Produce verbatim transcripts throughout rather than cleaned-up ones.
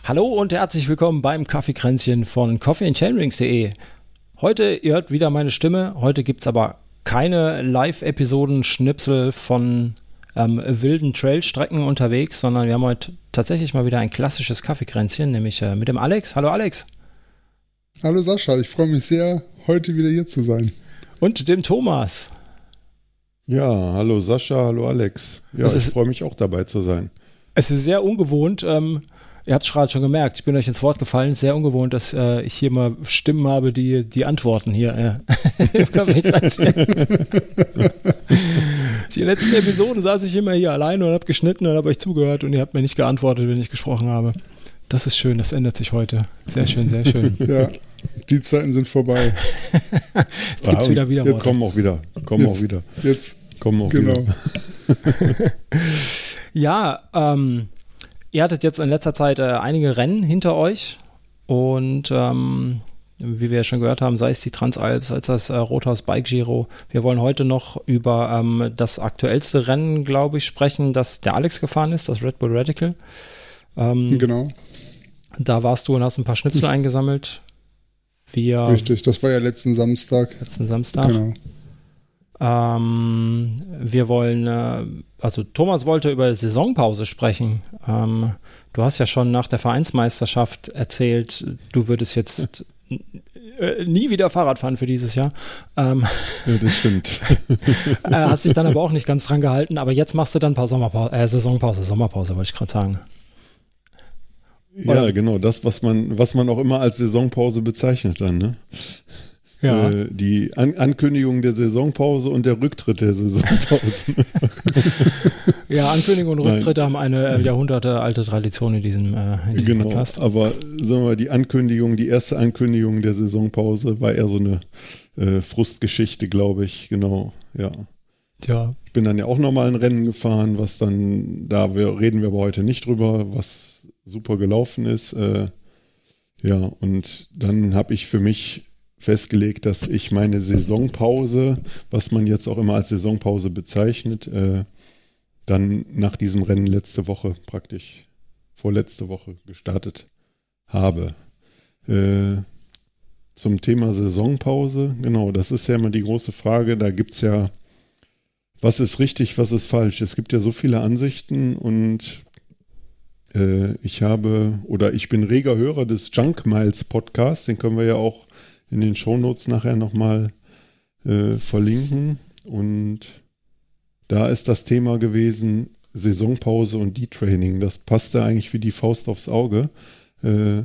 Hallo und herzlich willkommen beim Kaffeekränzchen von coffee and chainrings punkt de. Heute, ihr hört wieder meine Stimme, heute gibt es aber keine Live-Episoden-Schnipsel von ähm, wilden Trailstrecken unterwegs, sondern wir haben heute tatsächlich mal wieder ein klassisches Kaffeekränzchen, nämlich äh, mit dem Alex. Hallo Alex. Hallo Sascha, ich freue mich sehr, heute wieder hier zu sein. Und dem Thomas. Ja, hallo Sascha, hallo Alex. Ja, es ich ist, freue mich auch dabei zu sein. Es ist sehr ungewohnt, ähm, ihr habt es gerade schon gemerkt, ich bin euch ins Wort gefallen, sehr ungewohnt, dass äh, ich hier mal Stimmen habe, die die Antworten hier äh, im Kaffeekränzchen. Die letzten Episoden saß ich immer hier alleine und habe geschnitten und habe euch zugehört und ihr habt mir nicht geantwortet, wenn ich gesprochen habe. Das ist schön, das ändert sich heute. Sehr schön, sehr schön. Ja, die Zeiten sind vorbei. Jetzt gibt's wieder wieder Wir kommen auch wieder, kommen jetzt, auch wieder. Jetzt, kommen auch genau. wieder. Ja, ähm, ihr hattet jetzt in letzter Zeit äh, einige Rennen hinter euch und ähm, wie wir ja schon gehört haben, sei es die Transalp, sei es das äh, Rothaus Bike Giro. Wir wollen heute noch über ähm, das aktuellste Rennen, glaube ich, sprechen, das der Alex gefahren ist, das Red Bull Radical. Ähm, genau. Da warst du und hast ein paar Schnipsel das eingesammelt. Wir, Richtig, das war ja letzten Samstag. Letzten Samstag. Genau. Ähm, wir wollen, äh, also Thomas wollte über Saisonpause sprechen. Ähm, du hast ja schon nach der Vereinsmeisterschaft erzählt, du würdest jetzt äh, nie wieder Fahrrad fahren für dieses Jahr. Ähm, ja, das stimmt. äh, hast dich dann aber auch nicht ganz dran gehalten, aber jetzt machst du dann ein paar Sommerpause, äh, Saisonpause, Sommerpause wollte ich gerade sagen. Ja, genau, das, was man, was man auch immer als Saisonpause bezeichnet dann, ne? Ja. Äh, die An- Ankündigung der Saisonpause und der Rücktritt der Saisonpause. Ja, Ankündigung und Rücktritte Nein. haben eine äh, jahrhundertealte Tradition in diesem, äh, in diesem Genau, Podcast. aber sagen wir mal, die Ankündigung, die erste Ankündigung der Saisonpause war eher so eine äh, Frustgeschichte, glaube ich, genau, ja. Ja. Ich bin dann ja auch nochmal ein Rennen gefahren, was dann, da wir, reden wir aber heute nicht drüber, was super gelaufen ist. Äh, ja, und dann habe ich für mich festgelegt, dass ich meine Saisonpause, was man jetzt auch immer als Saisonpause bezeichnet, äh, dann nach diesem Rennen letzte Woche praktisch, vorletzte Woche gestartet habe. Äh, zum Thema Saisonpause, genau, das ist ja immer die große Frage, da gibt es ja, was ist richtig, was ist falsch? Es gibt ja so viele Ansichten und äh, ich habe, oder ich bin reger Hörer des Junk Miles Podcasts, den können wir ja auch in den Shownotes nachher nochmal äh, verlinken. Und da ist das Thema gewesen, Saisonpause und Detraining. Das passte eigentlich wie die Faust aufs Auge. Äh,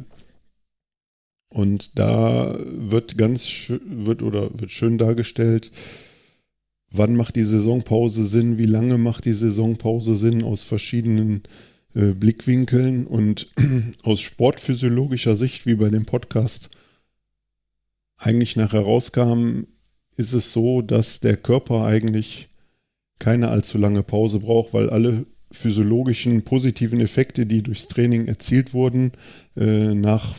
und da wird ganz schön, wird oder wird schön dargestellt, wann macht die Saisonpause Sinn, wie lange macht die Saisonpause Sinn aus verschiedenen äh, Blickwinkeln und aus sportphysiologischer Sicht, wie bei dem Podcast eigentlich nachher rauskam, ist es so, dass der Körper eigentlich keine allzu lange Pause braucht, weil alle physiologischen positiven Effekte, die durchs Training erzielt wurden, äh, nach,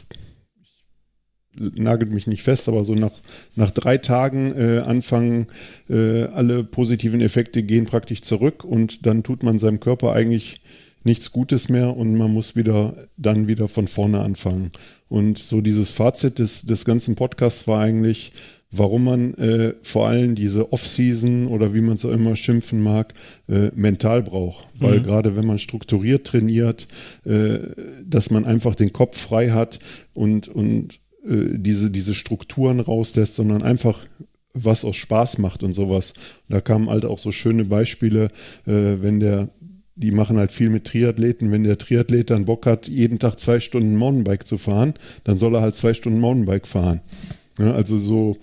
nagelt mich nicht fest, aber so nach, nach drei Tagen äh, anfangen, äh, alle positiven Effekte gehen praktisch zurück und dann tut man seinem Körper eigentlich nichts Gutes mehr und man muss wieder dann wieder von vorne anfangen. Und so dieses Fazit des, des ganzen Podcasts war eigentlich, warum man äh, vor allem diese Off-Season oder wie man es auch immer schimpfen mag, äh, mental braucht. Weil mhm. gerade wenn man strukturiert trainiert, äh, dass man einfach den Kopf frei hat und, und äh, diese, diese Strukturen rauslässt, sondern einfach was aus Spaß macht und sowas. Und da kamen halt auch so schöne Beispiele, äh, wenn der Die machen halt viel mit Triathleten. Wenn der Triathlet dann Bock hat, jeden Tag zwei Stunden Mountainbike zu fahren, dann soll er halt zwei Stunden Mountainbike fahren. Ja, also so,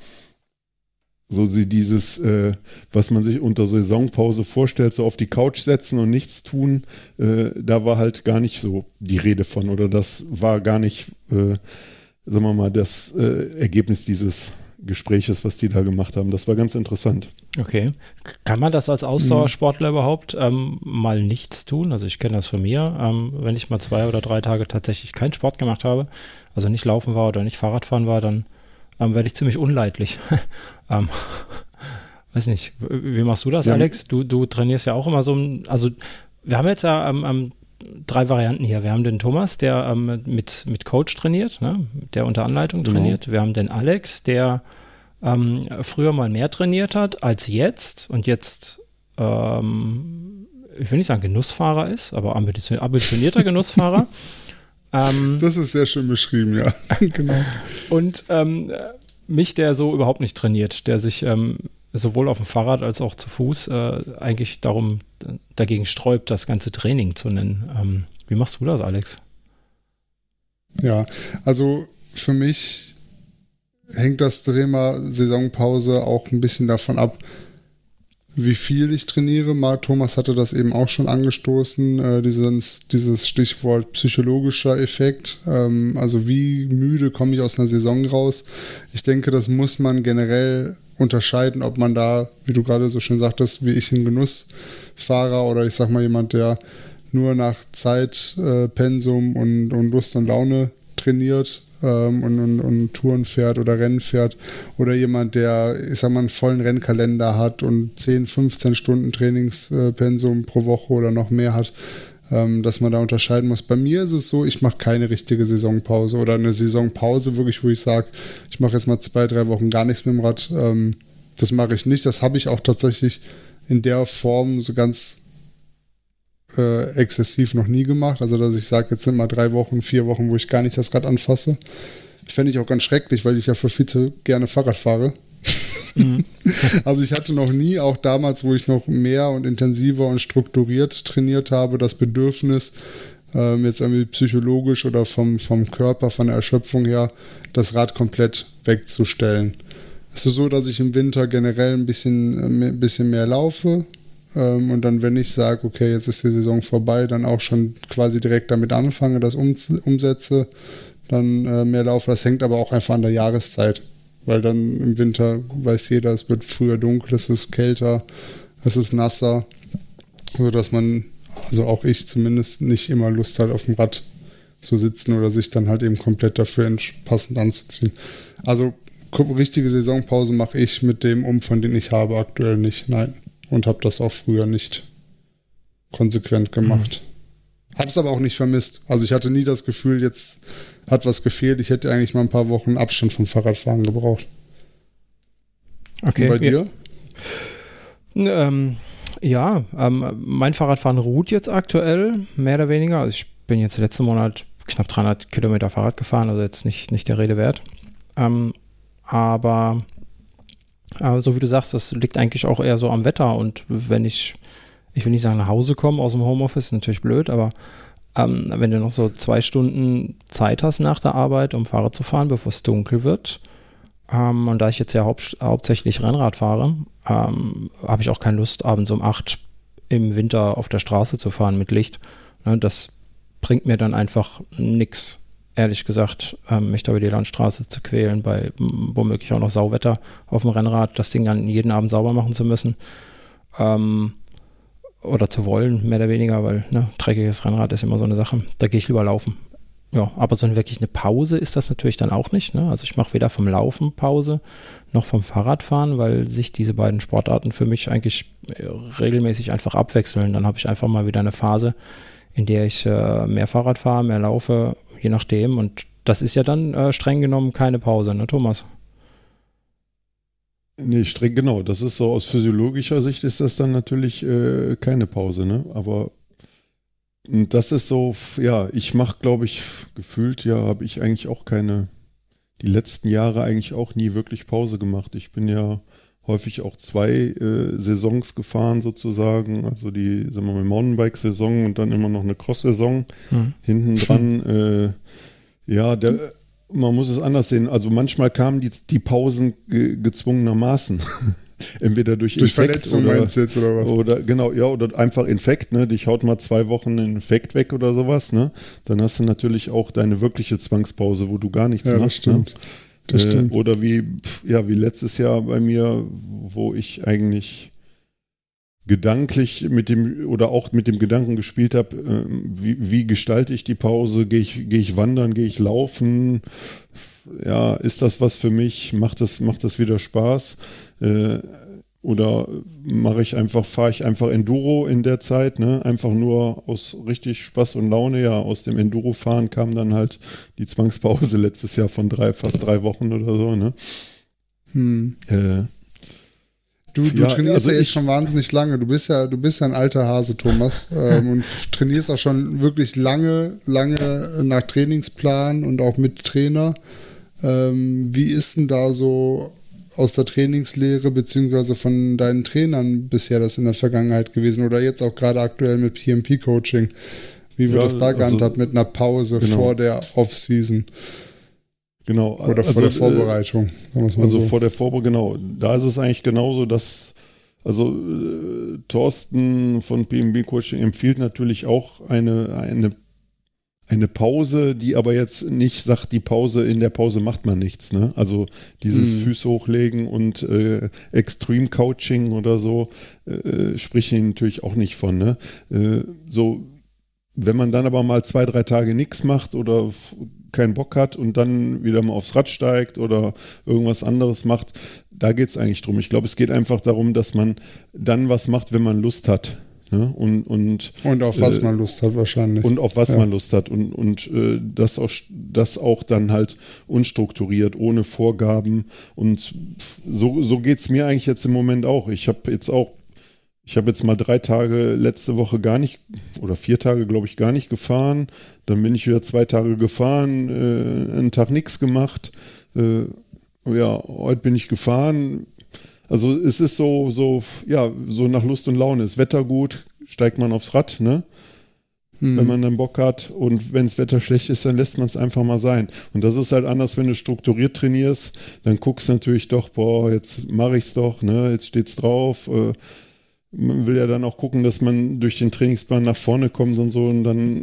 so dieses, äh, was man sich unter Saisonpause vorstellt, so auf die Couch setzen und nichts tun, äh, da war halt gar nicht so die Rede von. Oder das war gar nicht, äh, sagen wir mal, das äh, Ergebnis dieses Gespräches, was die da gemacht haben. Das war ganz interessant. Okay. Kann man das als Ausdauersportler mhm. überhaupt ähm, mal nichts tun? Also ich kenne das von mir. Ähm, wenn ich mal zwei oder drei Tage tatsächlich keinen Sport gemacht habe, also nicht laufen war oder nicht Fahrradfahren war, dann ähm, werde ich ziemlich unleidlich. ähm, weiß nicht, wie machst du das, ja. Alex? Du, du trainierst ja auch immer so, also wir haben jetzt ja am, am drei Varianten hier. Wir haben den Thomas, der ähm, mit, mit Coach trainiert, ne? Der unter Anleitung trainiert. Mhm. Wir haben den Alex, der ähm, früher mal mehr trainiert hat als jetzt und jetzt, ähm, ich will nicht sagen Genussfahrer ist, aber ambitionier- ambitionierter Genussfahrer. ähm, das ist sehr schön beschrieben, ja. Genau. Und ähm, mich, der so überhaupt nicht trainiert, der sich ähm, sowohl auf dem Fahrrad als auch zu Fuß äh, eigentlich darum äh, dagegen sträubt, das ganze Training zu nennen. Ähm, wie machst du das, Alex? Ja, also für mich hängt das Thema Saisonpause auch ein bisschen davon ab, wie viel ich trainiere. Mal Thomas hatte das eben auch schon angestoßen, äh, dieses, dieses Stichwort psychologischer Effekt. Ähm, also wie müde komme ich aus einer Saison raus? Ich denke, das muss man generell unterscheiden, ob man da, wie du gerade so schön sagtest, wie ich ein Genussfahrer oder ich sag mal jemand, der nur nach Zeit, äh, Pensum und, und Lust und Laune trainiert ähm, und, und, und Touren fährt oder Rennen fährt oder jemand, der, ich sag mal, einen vollen Rennkalender hat und zehn, fünfzehn Stunden Trainingspensum pro Woche oder noch mehr hat, ähm, dass man da unterscheiden muss. Bei mir ist es so, ich mache keine richtige Saisonpause oder eine Saisonpause wirklich, wo ich sage, ich mache jetzt mal zwei, drei Wochen gar nichts mit dem Rad. Ähm, das mache ich nicht. Das habe ich auch tatsächlich in der Form so ganz Äh, exzessiv noch nie gemacht, also dass ich sage, jetzt sind mal drei Wochen, vier Wochen, wo ich gar nicht das Rad anfasse. Fände ich auch ganz schrecklich, weil ich ja für viel zu gerne Fahrrad fahre. Mhm. Also ich hatte noch nie, auch damals, wo ich noch mehr und intensiver und strukturiert trainiert habe, das Bedürfnis, ähm, jetzt irgendwie psychologisch oder vom, vom Körper, von der Erschöpfung her, das Rad komplett wegzustellen. Es ist so, dass ich im Winter generell ein bisschen, ein bisschen mehr laufe, und dann, wenn ich sage, okay, jetzt ist die Saison vorbei, dann auch schon quasi direkt damit anfange, das um, umsetze, dann äh, mehr laufe. Das hängt aber auch einfach an der Jahreszeit, weil dann im Winter weiß jeder, es wird früher dunkel, es ist kälter, es ist nasser, sodass man, also auch ich zumindest, nicht immer Lust hat, auf dem Rad zu sitzen oder sich dann halt eben komplett dafür passend anzuziehen. Also richtige Saisonpause mache ich mit dem Umfang, den ich habe, aktuell nicht, nein. Und habe das auch früher nicht konsequent gemacht. Mhm. Habe es aber auch nicht vermisst. Also ich hatte nie das Gefühl, jetzt hat was gefehlt. Ich hätte eigentlich mal ein paar Wochen Abstand vom Fahrradfahren gebraucht. Okay. Und bei dir? Ja, ähm, ja ähm, mein Fahrradfahren ruht jetzt aktuell, mehr oder weniger. Also ich bin jetzt letzten Monat knapp dreihundert Kilometer Fahrrad gefahren, also jetzt nicht, nicht der Rede wert. Ähm, aber Aber so wie du sagst, das liegt eigentlich auch eher so am Wetter und wenn ich, ich will nicht sagen nach Hause komme aus dem Homeoffice, natürlich blöd, aber ähm, wenn du noch so zwei Stunden Zeit hast nach der Arbeit, um Fahrrad zu fahren, bevor es dunkel wird, ähm, und da ich jetzt ja haupt, hauptsächlich Rennrad fahre, ähm, habe ich auch keine Lust, abends um acht im Winter auf der Straße zu fahren mit Licht. Ne, das bringt mir dann einfach nichts. Ehrlich gesagt, ähm, mich da über die Landstraße zu quälen, bei m, womöglich auch noch Sauwetter auf dem Rennrad, das Ding dann jeden Abend sauber machen zu müssen ähm, oder zu wollen, mehr oder weniger, weil ne, dreckiges Rennrad ist immer so eine Sache. Da gehe ich lieber laufen. Ja, aber so eine, wirklich eine Pause ist das natürlich dann auch nicht. Ne? Also ich mache weder vom Laufen Pause noch vom Fahrradfahren, weil sich diese beiden Sportarten für mich eigentlich regelmäßig einfach abwechseln. Dann habe ich einfach mal wieder eine Phase, in der ich äh, mehr Fahrrad fahre, mehr laufe, je nachdem. Und das ist ja dann äh, streng genommen keine Pause, ne, Thomas? Nee, streng genau. Das ist so, aus physiologischer Sicht ist das dann natürlich äh, keine Pause, ne? Aber das ist so, ja, ich mache, glaube ich, gefühlt, ja, habe ich eigentlich auch keine, die letzten Jahre eigentlich auch nie wirklich Pause gemacht. Ich bin ja häufig auch zwei äh, Saisons gefahren sozusagen, also die, sagen wir mal, Mountainbike-Saison und dann immer noch eine Cross-Saison mhm. hinten dran. Äh, ja, der, man muss es anders sehen. Also manchmal kamen die, die Pausen ge- gezwungenermaßen. Entweder durch, durch Infekt Verletzung oder, meinst du jetzt oder was? Oder genau, ja, oder einfach Infekt, ne? Dich haut mal zwei Wochen ein Infekt weg oder sowas, ne? Dann hast du natürlich auch deine wirkliche Zwangspause, wo du gar nichts ja, machst. Das stimmt. Ne? Das äh, stimmt. Oder wie, ja, wie letztes Jahr bei mir, wo ich eigentlich gedanklich mit dem oder auch mit dem Gedanken gespielt habe, äh, wie, wie gestalte ich die Pause? Gehe ich, gehe ich wandern, gehe ich laufen? Ja, ist das was für mich? Macht das, macht das wieder Spaß? Äh, Oder mache ich einfach, fahre ich einfach Enduro in der Zeit, ne? Einfach nur aus richtig Spaß und Laune. Ja, aus dem Enduro-Fahren kam dann halt die Zwangspause letztes Jahr von drei, fast drei Wochen oder so, ne? Hm. Äh, Du, du ja, trainierst also ja jetzt ich, schon wahnsinnig lange. Du bist ja, du bist ja ein alter Hase, Thomas, ähm, und trainierst auch schon wirklich lange, lange nach Trainingsplan und auch mit Trainer. Ähm, wie ist denn da so aus der Trainingslehre beziehungsweise von deinen Trainern bisher das in der Vergangenheit gewesen oder jetzt auch gerade aktuell mit P M P-Coaching? Wie wird ja, das da gehandhabt also, mit einer Pause genau. vor der Off-Season? Genau. Oder also, vor der Vorbereitung. Sagen wir's mal Also so. vor der Vorbereitung, genau. Da ist es eigentlich genauso, dass, also äh, Thorsten von P M B Coaching empfiehlt natürlich auch eine, eine, eine Pause, die aber jetzt nicht sagt, die Pause, in der Pause macht man nichts. Ne? Also dieses Hm. Füße hochlegen und äh, Extreme Coaching oder so, äh, spreche ich natürlich auch nicht von. Ne? Äh, so, wenn man dann aber mal zwei, drei Tage nichts macht oder keinen Bock hat und dann wieder mal aufs Rad steigt oder irgendwas anderes macht, da geht es eigentlich drum. Ich glaube, es geht einfach darum, dass man dann was macht, wenn man Lust hat. Ne? Und, und, Und auf was äh, man Lust hat wahrscheinlich. Und auf was Ja. man Lust hat. Und, und äh, das, auch, das auch dann halt unstrukturiert, ohne Vorgaben. Und so, so geht es mir eigentlich jetzt im Moment auch. Ich habe jetzt auch Ich habe jetzt mal drei Tage letzte Woche gar nicht, oder vier Tage, glaube ich, gar nicht gefahren. Dann bin ich wieder zwei Tage gefahren, äh, einen Tag nichts gemacht. Äh, ja, heute bin ich gefahren. Also es ist so, so, ja, so nach Lust und Laune. Ist Wetter gut, steigt man aufs Rad, ne? Hm. Wenn man dann Bock hat. Und wenn das Wetter schlecht ist, dann lässt man es einfach mal sein. Und das ist halt anders, wenn du strukturiert trainierst. Dann guckst du natürlich doch, boah, jetzt mache ich es doch, ne? Jetzt steht's drauf. Äh, Man will ja dann auch gucken, dass man durch den Trainingsplan nach vorne kommt und so. Und dann,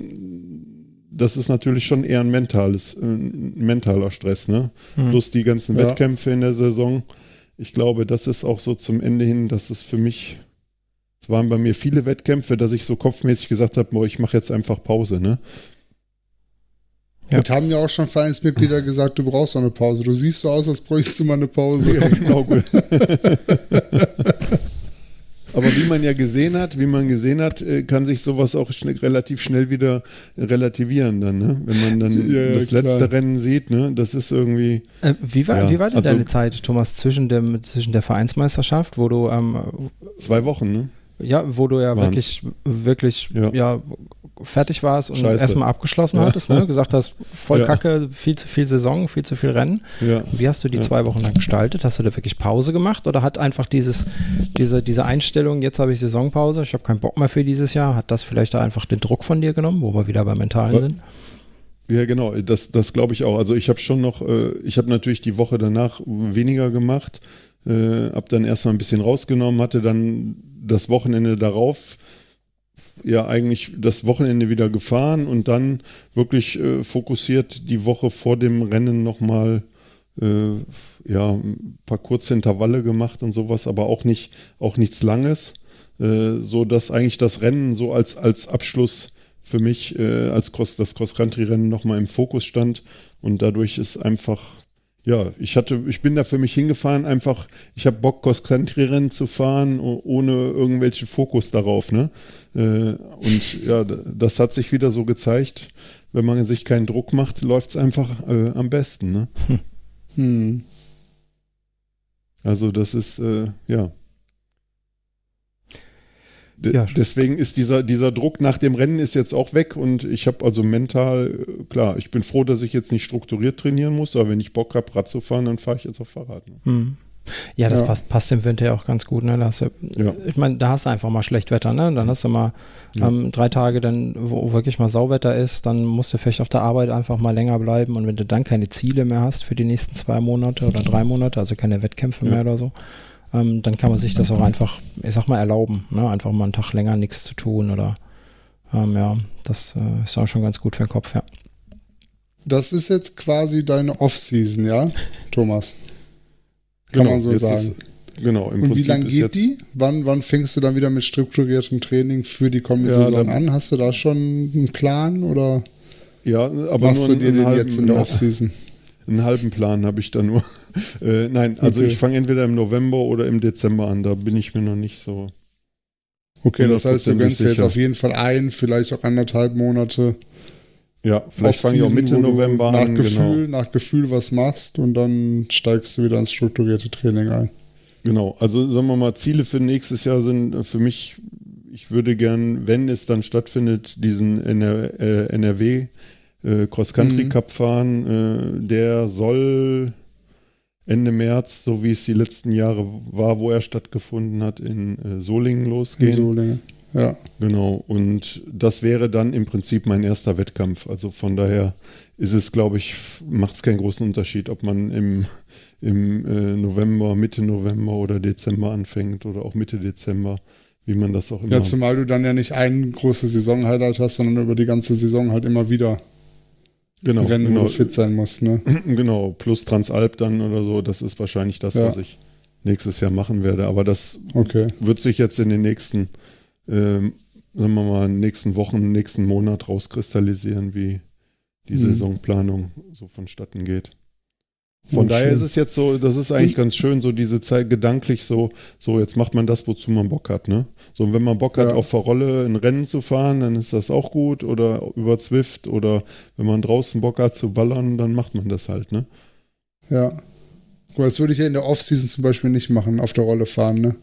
das ist natürlich schon eher ein mentales, ein mentaler Stress, ne? Hm. Plus die ganzen Ja. Wettkämpfe in der Saison. Ich glaube, das ist auch so zum Ende hin, dass es für mich, es waren bei mir viele Wettkämpfe, dass ich so kopfmäßig gesagt habe, boah, ich mache jetzt einfach Pause, ne? Ja. Und haben ja auch schon Vereinsmitglieder gesagt, du brauchst noch eine Pause. Du siehst so aus, als bräuchtest du mal eine Pause. Ja, genau. Aber wie man ja gesehen hat, wie man gesehen hat, äh, kann sich sowas auch schnell, relativ schnell wieder relativieren dann, ne? Wenn man dann Ja, ja, das klar. letzte Rennen sieht, ne? Das ist irgendwie. Äh, wie, war, Ja, wie war denn also- deine Zeit, Thomas, zwischen, dem, zwischen der Vereinsmeisterschaft, wo du ähm, Zwei Wochen, ne? ja, wo du ja Waren's. wirklich, wirklich Ja. ja. fertig warst und Scheiße. erstmal abgeschlossen Ja. hattest, ne? Gesagt hast, voll Ja. Kacke, viel zu viel Saison, viel zu viel Rennen. Ja. Wie hast du die Ja. zwei Wochen lang gestaltet? Hast du da wirklich Pause gemacht oder hat einfach dieses, diese, diese Einstellung, jetzt habe ich Saisonpause, ich habe keinen Bock mehr für dieses Jahr, hat das vielleicht da einfach den Druck von dir genommen, wo wir wieder bei Mentalen Was? sind? Ja, genau, das, das glaube ich auch. Also ich habe schon noch, äh, ich habe natürlich die Woche danach weniger gemacht, äh, habe dann erstmal ein bisschen rausgenommen, hatte dann das Wochenende darauf ja eigentlich das Wochenende wieder gefahren und dann wirklich äh, fokussiert die Woche vor dem Rennen nochmal äh, ja, ein paar kurze Intervalle gemacht und sowas, aber auch nicht, auch nichts Langes, äh, so dass eigentlich das Rennen so als, als Abschluss für mich äh, als Cross, das Cross-Country-Rennen nochmal im Fokus stand und dadurch ist einfach, ja, ich hatte, ich bin da für mich hingefahren, einfach, ich habe Bock, Cross-Country-Rennen zu fahren, o- ohne irgendwelchen Fokus darauf, ne? Äh, und ja, d- das hat sich wieder so gezeigt, wenn man sich keinen Druck macht, läuft es einfach äh, am besten, ne? Hm. Also das ist, äh, ja. D- Ja. Deswegen ist dieser, dieser Druck nach dem Rennen ist jetzt auch weg und ich habe also mental, äh, klar, ich bin froh, dass ich jetzt nicht strukturiert trainieren muss, aber wenn ich Bock habe, Rad zu fahren, dann fahre ich jetzt auf Fahrrad. Ne? Hm. Ja, das Ja. Passt, passt im Winter ja auch ganz gut. Ne? Da hast du, Ja. Ich meine, da hast du einfach mal schlecht Wetter. Ne? Dann hast du mal Ja. ähm, drei Tage, dann, wo wirklich mal Sauwetter ist. Dann musst du vielleicht auf der Arbeit einfach mal länger bleiben. Und wenn du dann keine Ziele mehr hast für die nächsten zwei Monate oder drei Monate, also keine Wettkämpfe Ja. mehr oder so, ähm, dann kann man sich das auch einfach, ich sag mal, erlauben. Ne? Einfach mal einen Tag länger nichts zu tun. Oder ähm, ja, das äh, ist auch schon ganz gut für den Kopf, ja. Das ist jetzt quasi deine Off-Season, ja, Thomas? Kann Genau, man so jetzt sagen. Ist, genau, im Und Prinzip wie lange ist geht jetzt, die? Wann, wann fängst du dann wieder mit strukturiertem Training für die kommende Ja, Saison dann- an? Hast du da schon einen Plan oder Ja, aber machst nur du dir einen den halben- jetzt in der Off-Season? einen halben Plan habe ich da nur. äh, nein, also Okay. ich fange entweder im November oder im Dezember an. Da bin ich mir noch nicht so. Okay, das heißt, du hundertprozentig gönnst dir jetzt sicher. auf jeden Fall ein, vielleicht auch anderthalb Monate. Ja, vielleicht fange ich auch Off-Season, Mitte wo du November nach an. Gefühl, Genau. nach Gefühl was machst und dann steigst du wieder ins strukturierte Training ein. Genau. Also sagen wir mal, Ziele für nächstes Jahr sind für mich, ich würde gern, wenn es dann stattfindet, diesen N R, äh, N R W äh, Cross-Country Mhm. Cup fahren. Äh, der soll Ende März, so wie es die letzten Jahre war, wo er stattgefunden hat, in äh, Solingen In losgehen. Solingen. Ja. Genau, und das wäre dann im Prinzip mein erster Wettkampf. Also von daher ist es, glaube ich, macht es keinen großen Unterschied, ob man im, im äh, November, Mitte November oder Dezember anfängt oder auch Mitte Dezember, wie man das auch immer. Ja, zumal du dann ja nicht ein großes Saison-Highlight hast, sondern über die ganze Saison halt immer wieder genau, Rennen, genau, wo du fit sein musst, ne? genau, plus Transalp dann oder so, das ist wahrscheinlich das, Ja. was ich nächstes Jahr machen werde. Aber das Okay. wird sich jetzt in den nächsten, ähm, sagen wir mal, nächsten Wochen, nächsten Monat rauskristallisieren, wie die Mhm. Saisonplanung so vonstatten geht. Von Oh, daher schön. ist es jetzt so, das ist eigentlich ganz schön, so diese Zeit gedanklich so, so jetzt macht man das, wozu man Bock hat, ne? So, und wenn man Bock hat, Ja. auf der Rolle ein Rennen zu fahren, dann ist das auch gut, oder über Zwift, oder wenn man draußen Bock hat zu ballern, dann macht man das halt, ne? Ja. Aber das würde ich ja in der Off-Season zum Beispiel nicht machen, auf der Rolle fahren, ne?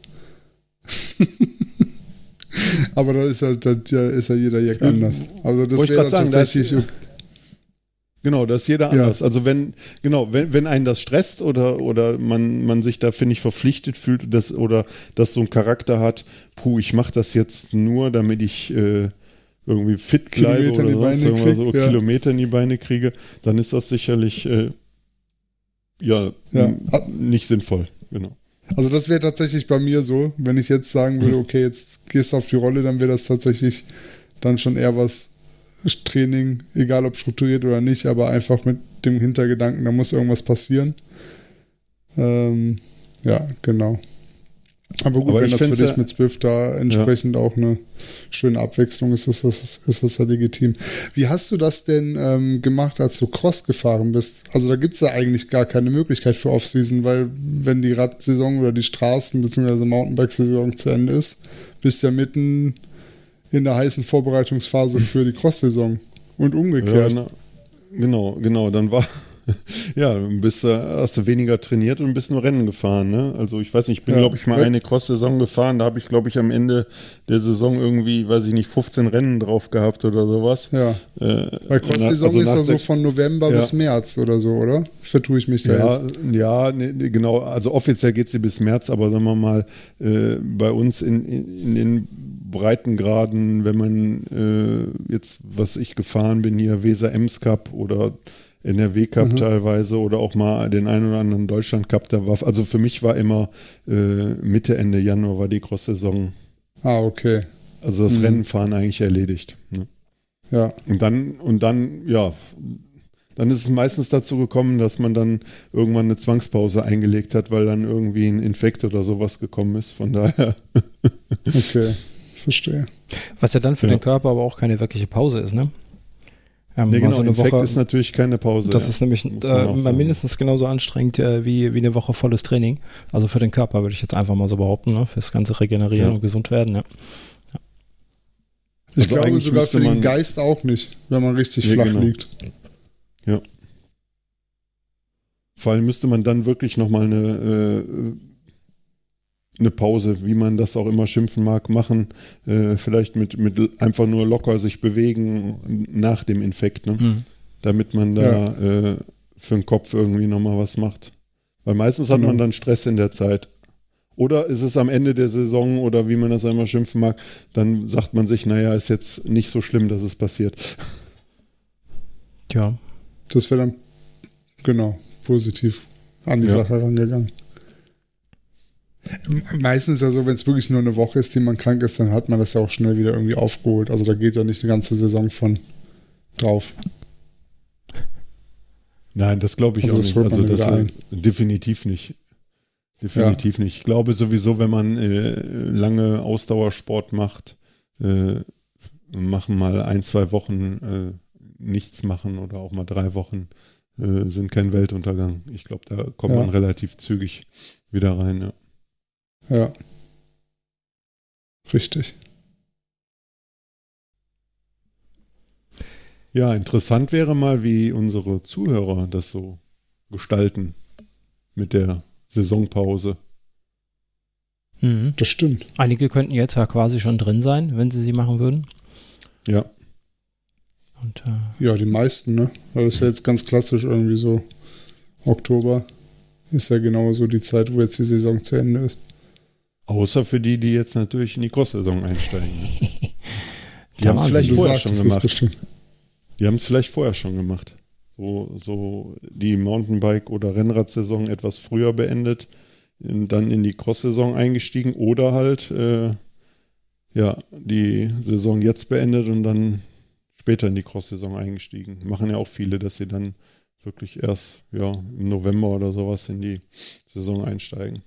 Aber da ist halt, da ist ja jeder Jack Ja, anders. Also das wollte ich wäre grad sagen, das- tatsächlich. Genau, das ist jeder Ja. anders. Also wenn, genau, wenn, wenn einen das stresst oder, oder man, man sich da, finde ich, verpflichtet fühlt, das, oder das so einen Charakter hat, puh, ich mache das jetzt nur, damit ich äh, irgendwie fit bleibe Kilometer in die oder sonst Beine irgendwas, so krieg, ja. Kilometer in die Beine kriege, dann ist das sicherlich äh, ja, Ja. m- nicht sinnvoll. Genau. Also das wäre tatsächlich bei mir so, wenn ich jetzt sagen würde, okay, jetzt gehst du auf die Rolle, dann wäre das tatsächlich dann schon eher was Training, egal ob strukturiert oder nicht, aber einfach mit dem Hintergedanken, da muss irgendwas passieren. Ähm, ja, genau. Aber gut, Aber wenn ich das für find's dich ja- mit Zwift da entsprechend auch eine schöne Abwechslung ist, ist das, ist das ja legitim. Wie hast du das denn ähm, gemacht, als du Cross gefahren bist? Also da gibt es ja eigentlich gar keine Möglichkeit für Off-Season, weil wenn die Radsaison oder die Straßen- bzw. Mountainbike-Saison zu Ende ist, bist du ja mitten in der heißen Vorbereitungsphase für die Cross-Saison und Ja, umgekehrt. na, genau, genau. Dann war, ja, dann bist du, hast du weniger trainiert und bist nur Rennen gefahren. Ne? Also ich weiß nicht, ich bin, Ja. glaube ich, mal eine Cross-Saison gefahren. Da habe ich, glaube ich, am Ende der Saison irgendwie, weiß ich nicht, fünfzehn Rennen drauf gehabt oder sowas. Ja, Äh, weil Cross-Saison also ist nach ja so der- von November Ja. bis März oder so, oder? Vertue ich mich da Ja, jetzt? ja, ne, ne, genau. Also offiziell geht sie bis März, aber sagen wir mal, äh, bei uns in, in, in den Breitengraden, wenn man äh, jetzt, was ich gefahren bin, hier Weser-Ems Cup oder N R W Cup Mhm. teilweise oder auch mal den einen oder anderen Deutschland Cup, da war, also für mich war immer äh, Mitte, Ende Januar war die Cross-Saison, Ah, okay. also das Mhm. Rennenfahren eigentlich erledigt. Ne? Ja, Und dann, und dann, ja, dann ist es meistens dazu gekommen, dass man dann irgendwann eine Zwangspause eingelegt hat, weil dann irgendwie ein Infekt oder sowas gekommen ist. Von daher. okay. Verstehe. Was ja dann für Ja. den Körper aber auch keine wirkliche Pause ist, ne? Ähm, Nee, mal genau, so eine Infekt Woche, ist natürlich keine Pause. das ja. ist nämlich Muss man äh, auch mal sagen. mindestens genauso anstrengend äh, wie, wie eine Woche volles Training. Also für den Körper würde ich jetzt einfach mal so behaupten, ne? Fürs ganze Regenerieren Ja. und gesund werden, ja. Ich Also glaube eigentlich sogar müsste für den man- Geist auch nicht, wenn man richtig Nee, flach genau. liegt. Vor allem müsste man dann wirklich nochmal eine, äh, eine Pause, wie man das auch immer schimpfen mag, machen. Äh, vielleicht mit, mit einfach nur locker sich bewegen nach dem Infekt, ne? Mhm. Damit man da Ja. äh, für den Kopf irgendwie nochmal was macht. Weil meistens hat Genau. man dann Stress in der Zeit. Oder ist es am Ende der Saison oder wie man das einmal schimpfen mag, dann sagt man sich, naja, ist jetzt nicht so schlimm, dass es passiert. Tja. Das wäre dann, genau, positiv an die Ja. Sache rangegangen. Meistens ist ja so, wenn es wirklich nur eine Woche ist, die man krank ist, dann hat man das ja auch schnell wieder irgendwie aufgeholt. Also da geht ja nicht eine ganze Saison von drauf. Nein, das glaube ich Also auch das nicht. holt man Also das wieder ist definitiv nicht. Definitiv nicht. Ich glaube sowieso, wenn man äh, lange Ausdauersport macht, äh, machen mal ein, zwei Wochen äh, nichts machen oder auch mal drei Wochen, äh, sind kein Weltuntergang. Ich glaube, da kommt Ja. man relativ zügig wieder rein. Ja. Ja. Richtig. Ja, interessant wäre mal, wie unsere Zuhörer das so gestalten mit der Saisonpause. Mhm. Das stimmt. Einige könnten jetzt ja quasi schon drin sein, wenn sie sie machen würden. Ja, Und, äh, Ja, die meisten, ne? Weil das ist ja jetzt ganz klassisch irgendwie so. Oktober ist ja genau so die Zeit, wo jetzt die Saison zu Ende ist. außer für die, die jetzt natürlich in die Cross-Saison einsteigen. Ne? Die Da haben es waren vielleicht sie. vorher sagst, schon das ist gemacht. bestimmt. Die haben es vielleicht vorher schon gemacht. So, so die Mountainbike- oder Rennradsaison etwas früher beendet, in- dann in die Cross-Saison eingestiegen oder halt äh, ja, die Saison jetzt beendet und dann später in die Cross-Saison eingestiegen. Machen ja auch viele, dass sie dann wirklich erst ja, im November oder sowas in die Saison einsteigen.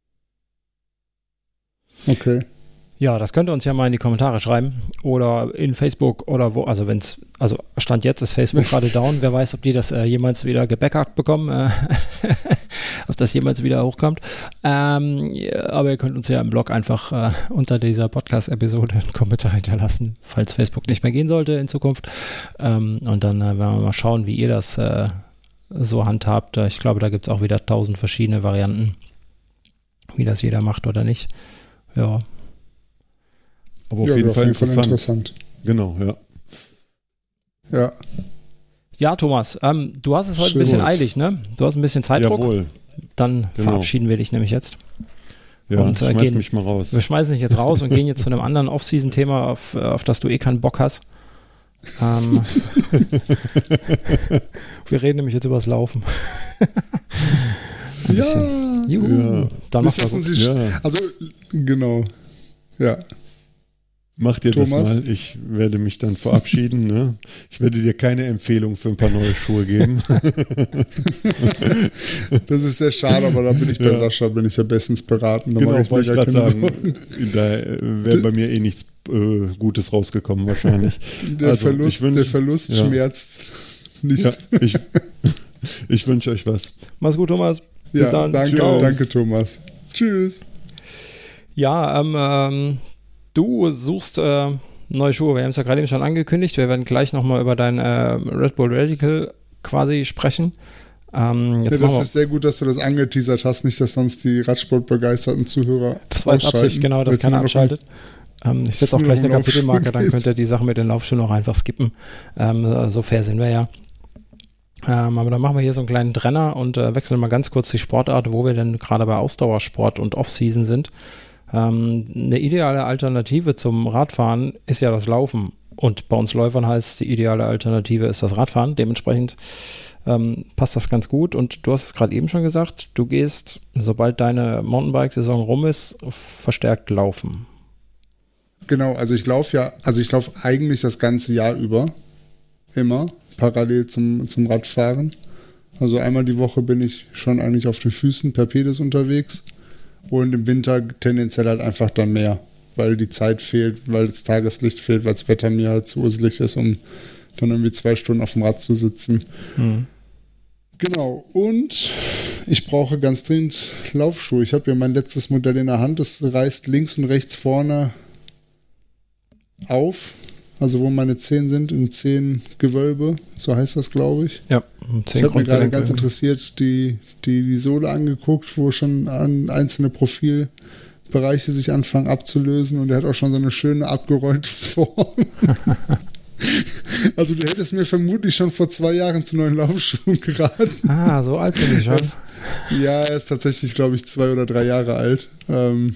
Okay. ja, das könnt ihr uns ja mal in die Kommentare schreiben oder in Facebook oder wo, also wenn es, also Stand jetzt ist Facebook gerade down, wer weiß, ob die das äh, jemals wieder gebackupt bekommen, äh, ob das jemals wieder hochkommt. Ähm, ja, aber ihr könnt uns ja im Blog einfach äh, unter dieser Podcast-Episode einen Kommentar hinterlassen, falls Facebook nicht mehr gehen sollte in Zukunft. Ähm, und dann äh, werden wir mal schauen, wie ihr das äh, so handhabt. Ich glaube, da gibt es auch wieder tausend verschiedene Varianten, wie das jeder macht oder nicht. Ja. Aber auf Ja, jeden auf Fall jeden Fall interessant. interessant. Genau, ja. Ja. Ja, Thomas, ähm, du hast es heute Schön ein bisschen gut. eilig, ne? Du hast ein bisschen Zeitdruck. Jawohl. Dann Genau. verabschieden wir dich nämlich jetzt. Ja, Und, äh, schmeiß gehen- mich mal raus. Wir schmeißen dich jetzt raus und gehen jetzt zu einem anderen Off-Season-Thema, auf, äh, auf das du eh keinen Bock hast. Ähm, wir reden nämlich jetzt über das Laufen. Ein bisschen. Ja. Juhu. Ja. Dann Nicht, mach dass mal uns so. die, Ja. Also, genau. Ja. Mach dir Thomas? das mal. Ich werde mich dann verabschieden. Ne? Ich werde dir keine Empfehlung für ein paar neue Schuhe geben. Das ist sehr schade, aber da bin ich bei Ja. Sascha, bin ich ja bestens beraten. Da Genau, mache ich mir wollte ich gar gerade keine sagen. Sorgen. Da äh, wäre bei mir eh nichts äh, Gutes rausgekommen wahrscheinlich. Der Also, Verlust, ich wünsch- der Verlust ja. schmerzt nicht. Ja, ich ich wünsche euch was. Mach's gut, Thomas. Bis Ja, dann. danke, Tschüss. danke, Thomas. Tschüss. Ja, ähm, ähm, du suchst äh, neue Schuhe. Wir haben es ja gerade eben schon angekündigt. Wir werden gleich nochmal über dein äh, Red Bull Radical quasi sprechen. Ähm, jetzt Ja, machen das wir, ist sehr gut, dass du das angeteasert hast, nicht, dass sonst die radsportbegeisterten Zuhörer das war jetzt ausschalten. Absicht, genau, dass Jetzt keiner nur noch- abschaltet. Ähm, ich setze auch nur gleich noch eine um Kapitelmarke, dann Laufschuhe könnt ihr die Sache mit den Laufschuhen auch einfach skippen. Ähm, so fair sind wir ja. Ähm, aber dann machen wir hier so einen kleinen Trenner und äh, wechseln mal ganz kurz die Sportart, wo wir denn gerade bei Ausdauersport und Off-Season sind. Ähm, eine ideale Alternative zum Radfahren ist ja das Laufen. Und bei uns Läufern heißt, die ideale Alternative ist das Radfahren. Dementsprechend ähm, passt das ganz gut. Und du hast es gerade eben schon gesagt, du gehst, sobald deine Mountainbike-Saison rum ist, verstärkt laufen. Genau, also ich laufe ja, also ich laufe eigentlich das ganze Jahr über. Immer. Parallel zum, zum Radfahren. Also einmal die Woche bin ich schon eigentlich auf den Füßen per Pedis unterwegs und im Winter tendenziell halt einfach dann mehr, weil die Zeit fehlt, weil das Tageslicht fehlt, weil das Wetter mir halt zu uselig ist, um dann irgendwie zwei Stunden auf dem Rad zu sitzen. Hm. Genau, und ich brauche ganz dringend Laufschuhe. Ich habe hier mein letztes Modell in der Hand, das reißt links und rechts vorne auf. Also wo meine Zehen sind, im Zehengewölbe, so heißt das, glaube ich. Ja, Ich habe mir gerade ganz interessiert die, die, die Sohle angeguckt, wo schon an einzelne Profilbereiche sich anfangen abzulösen und der hat auch schon so eine schöne abgerollte Form. Also du hättest mir vermutlich schon vor zwei Jahren zu neuen Laufschuhen geraten. Ah, so alt sind die schon. Das, ja, er ist tatsächlich, glaube ich, zwei oder drei Jahre alt. Ähm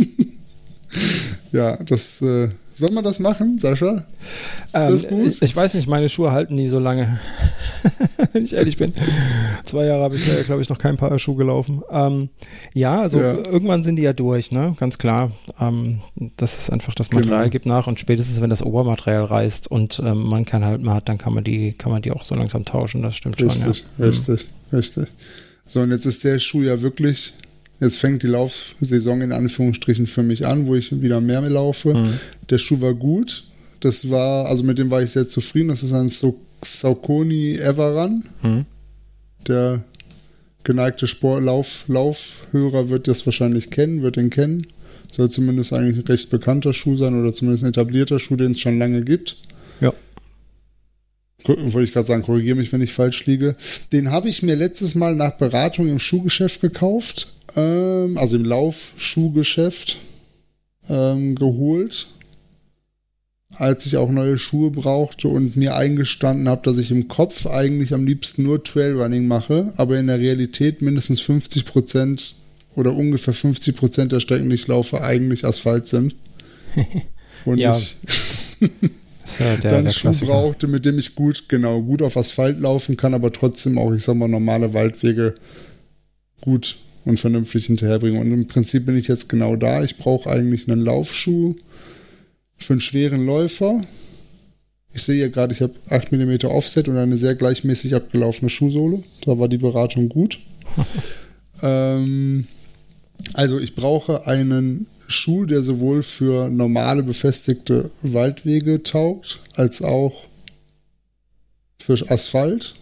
ja, das... Äh, soll man das machen, Sascha? Ist Ähm, das gut? ich, ich weiß nicht, meine Schuhe halten nie so lange, wenn ich ehrlich bin. Zwei Jahre habe ich, äh, glaube ich, noch kein Paar Schuh gelaufen. Ähm, ja, also Ja. irgendwann sind die ja durch, ne? Ganz klar. Ähm, das ist einfach, das Material Genau. gibt nach und spätestens, wenn das Obermaterial reißt und ähm, man keinen Halt mehr hat, dann kann man die, kann man die auch so langsam tauschen. Das stimmt Richtig, schon. Ja. richtig, richtig. So, und jetzt ist der Schuh ja wirklich, jetzt fängt die Laufsaison in Anführungsstrichen für mich an, wo ich wieder mehr laufe. Mhm. Der Schuh war gut. Das war, also mit dem war ich sehr zufrieden. Das ist ein so Saucony Everrun. Mhm. Der geneigte Sport-Lauf- Laufhörer wird das wahrscheinlich kennen, wird den kennen. Soll zumindest eigentlich ein recht bekannter Schuh sein oder zumindest ein etablierter Schuh, den es schon lange gibt. Ja. Wollte ich gerade sagen, korrigiere mich, wenn ich falsch liege. Den habe ich mir letztes Mal nach Beratung im Schuhgeschäft gekauft, ähm, also im Laufschuhgeschäft ähm, geholt, als ich auch neue Schuhe brauchte und mir eingestanden habe, dass ich im Kopf eigentlich am liebsten nur Trailrunning mache, aber in der Realität mindestens fünfzig Prozent oder ungefähr fünfzig Prozent der Strecken, die ich laufe, eigentlich Asphalt sind. Und ja. ich Ist ja der, dann einen der Schuh Klassiker. brauchte, mit dem ich gut, genau, gut auf Asphalt laufen kann, aber trotzdem auch, ich sag mal, normale Waldwege gut und vernünftig hinterherbringen. Und im Prinzip bin ich jetzt genau da. Ich brauche eigentlich einen Laufschuh für einen schweren Läufer. Ich sehe ja gerade, ich habe acht Millimeter Offset und eine sehr gleichmäßig abgelaufene Schuhsohle. Da war die Beratung gut. ähm, also ich brauche einen Schuh, der sowohl für normale befestigte Waldwege taugt, als auch für Asphalt.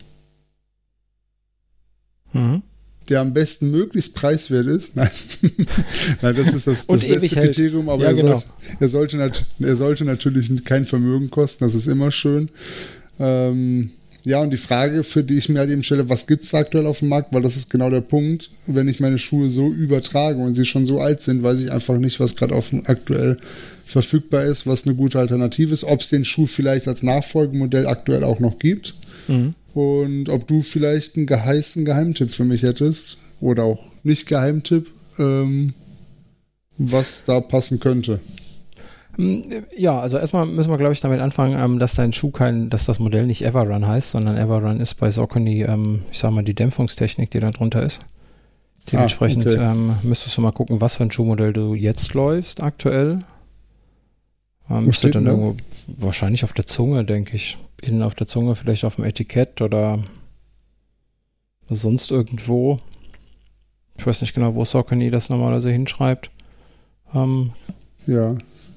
Mhm. Der am besten möglichst preiswert ist. Nein, Nein das ist das, das letzte Kriterium, aber ja, er, genau. sollte, er, sollte nat- er sollte natürlich kein Vermögen kosten, das ist immer schön. Ähm, ja, und die Frage, für die ich mir halt eben stelle, was gibt es da aktuell auf dem Markt, weil das ist genau der Punkt, wenn ich meine Schuhe so übertrage und sie schon so alt sind, weiß ich einfach nicht, was gerade auf dem aktuell verfügbar ist, was eine gute Alternative ist, ob es den Schuh vielleicht als Nachfolgemodell aktuell auch noch gibt. Mhm. Und ob du vielleicht einen geheißen Geheimtipp für mich hättest oder auch nicht Geheimtipp, ähm, was da passen könnte. Ja, also erstmal müssen wir, glaube ich, damit anfangen, ähm, dass dein Schuh kein, dass das Modell nicht Everrun heißt, sondern Everrun ist bei Saucony, ähm, ich sag mal, die Dämpfungstechnik, die da drunter ist. Dementsprechend ah, okay. ähm, müsstest du mal gucken, was für ein Schuhmodell du jetzt läufst aktuell. Ähm, müsste dann da? irgendwo, wahrscheinlich auf der Zunge, denke ich. Innen auf der Zunge, vielleicht auf dem Etikett oder sonst irgendwo. Ich weiß nicht genau, wo Saucony das normalerweise hinschreibt. Ähm, ja.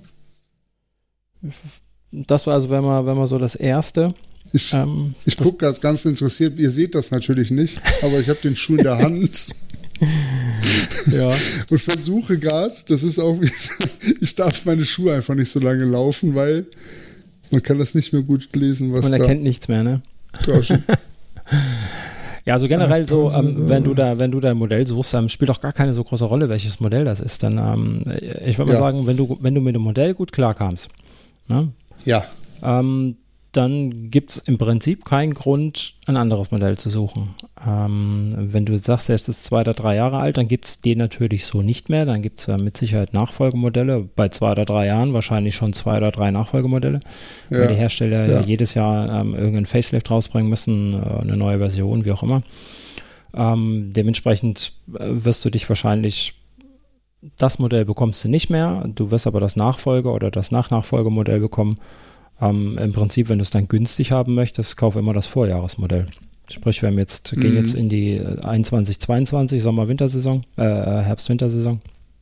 Das war also, wenn man, wenn man so das Erste. Ich, ähm, ich gucke ganz, ganz interessiert, ihr seht das natürlich nicht, aber ich habe den Schuh in der Hand. Ja. Und versuche gerade, das ist auch, ich darf meine Schuhe einfach nicht so lange laufen, weil man kann das nicht mehr gut lesen, was man da erkennt nichts mehr, ne? draußen. Ja, also generell so, ähm, wenn du da, wenn du dein Modell suchst, ähm, spielt auch gar keine so große Rolle, welches Modell das ist. Dann, ähm, ich würde mal Ja. sagen, wenn du, wenn du mit dem Modell gut klarkamst, ne? Ja. Ähm, dann gibt es im Prinzip keinen Grund, ein anderes Modell zu suchen. Ähm, wenn du sagst, er ist jetzt zwei oder drei Jahre alt, dann gibt es den natürlich so nicht mehr. Dann gibt es äh, mit Sicherheit Nachfolgemodelle. Bei zwei oder drei Jahren wahrscheinlich schon zwei oder drei Nachfolgemodelle, Ja. weil die Hersteller Ja. jedes Jahr ähm, irgendein Facelift rausbringen müssen, äh, eine neue Version, wie auch immer. Ähm, dementsprechend äh, wirst du dich wahrscheinlich, das Modell bekommst du nicht mehr, du wirst aber das Nachfolger- oder das Nachnachfolgemodell bekommen. Ähm, Im Prinzip, wenn du es dann günstig haben möchtest, kauf immer das Vorjahresmodell. Sprich, wir haben jetzt, Mhm. gehen jetzt in die einundzwanzig zweiundzwanzig Sommer-Wintersaison, äh, Herbst-Wintersaison.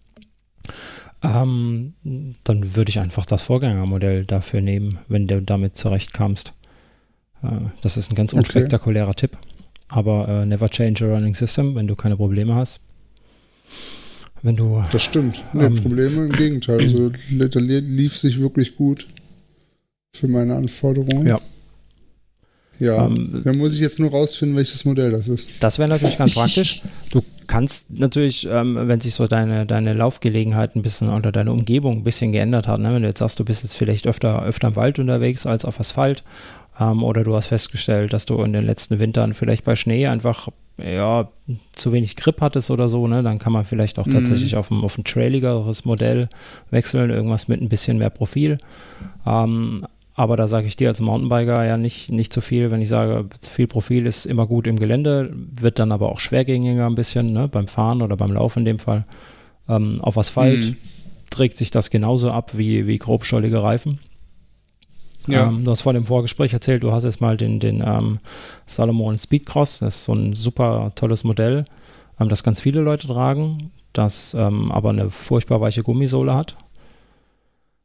Ähm, dann würde ich einfach das Vorgängermodell dafür nehmen, wenn du damit zurechtkamst. Äh, das ist ein ganz Okay. unspektakulärer Tipp. Aber äh, never change a running system, wenn du keine Probleme hast. Wenn du Das stimmt. Nee, Ähm, Probleme im Gegenteil. Also der lief sich wirklich gut für meine Anforderungen. Ja. Ja, Ähm, dann muss ich jetzt nur rausfinden, welches Modell das ist. Das wäre natürlich ganz praktisch. Du kannst natürlich, ähm, wenn sich so deine, deine Laufgelegenheit ein bisschen oder deine Umgebung ein bisschen geändert hat, ne? Wenn du jetzt sagst, du bist jetzt vielleicht öfter, öfter im Wald unterwegs als auf Asphalt, ähm, oder du hast festgestellt, dass du in den letzten Wintern vielleicht bei Schnee einfach ja, zu wenig Grip hattest oder so, ne? Dann kann man vielleicht auch Mhm. tatsächlich auf ein, auf ein trailigeres Modell wechseln, irgendwas mit ein bisschen mehr Profil. Ähm, Aber da sage ich dir als Mountainbiker ja nicht, nicht zu viel, wenn ich sage, viel Profil ist immer gut im Gelände, wird dann aber auch schwergängiger ein bisschen, ne, beim Fahren oder beim Laufen in dem Fall. Ähm, auf Asphalt Mhm. trägt sich das genauso ab wie, wie grobschollige Reifen. Ja. Ähm, du hast vor dem Vorgespräch erzählt, du hast jetzt mal den, den ähm, Salomon Speedcross, das ist so ein super tolles Modell, ähm, das ganz viele Leute tragen, das ähm, aber eine furchtbar weiche Gummisohle hat.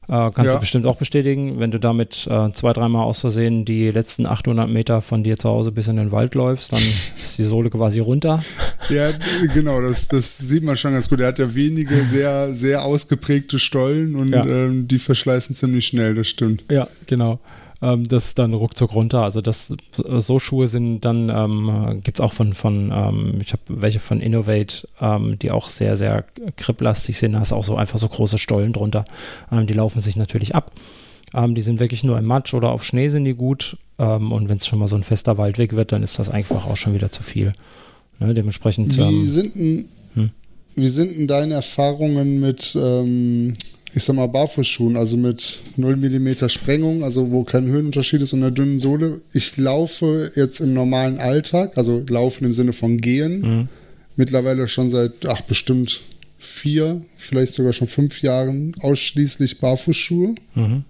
Äh, kannst ja. du bestimmt auch bestätigen, wenn du damit äh, zwei, dreimal aus Versehen die letzten achthundert Meter von dir zu Hause bis in den Wald läufst, dann ist die Sohle quasi runter. Ja, genau, das, das sieht man schon ganz gut. Er hat ja wenige sehr, sehr ausgeprägte Stollen und ja. ähm, die verschleißen ziemlich schnell, das stimmt. Ja, genau. Ähm, das ist dann ruckzuck runter. Also das, so Schuhe sind dann, ähm, gibt es auch von, von ähm, ich habe welche von Innovate, ähm, die auch sehr, sehr griplastig sind. Da hast du auch so einfach so große Stollen drunter. Ähm, die laufen sich natürlich ab. Ähm, die sind wirklich nur im Matsch oder auf Schnee sind die gut. Ähm, und wenn es schon mal so ein fester Waldweg wird, dann ist das einfach auch schon wieder zu viel. Ne, dementsprechend. Wie, ähm, sind denn, hm? wie sind denn deine Erfahrungen mit ähm ich sag mal, Barfußschuhen, also mit null Millimeter Sprengung, also wo kein Höhenunterschied ist und einer dünnen Sohle. Ich laufe jetzt im normalen Alltag, also laufen im Sinne von gehen, mhm. mittlerweile schon seit, ach, bestimmt vier, vielleicht sogar schon fünf Jahren ausschließlich Barfußschuhe. Mhm.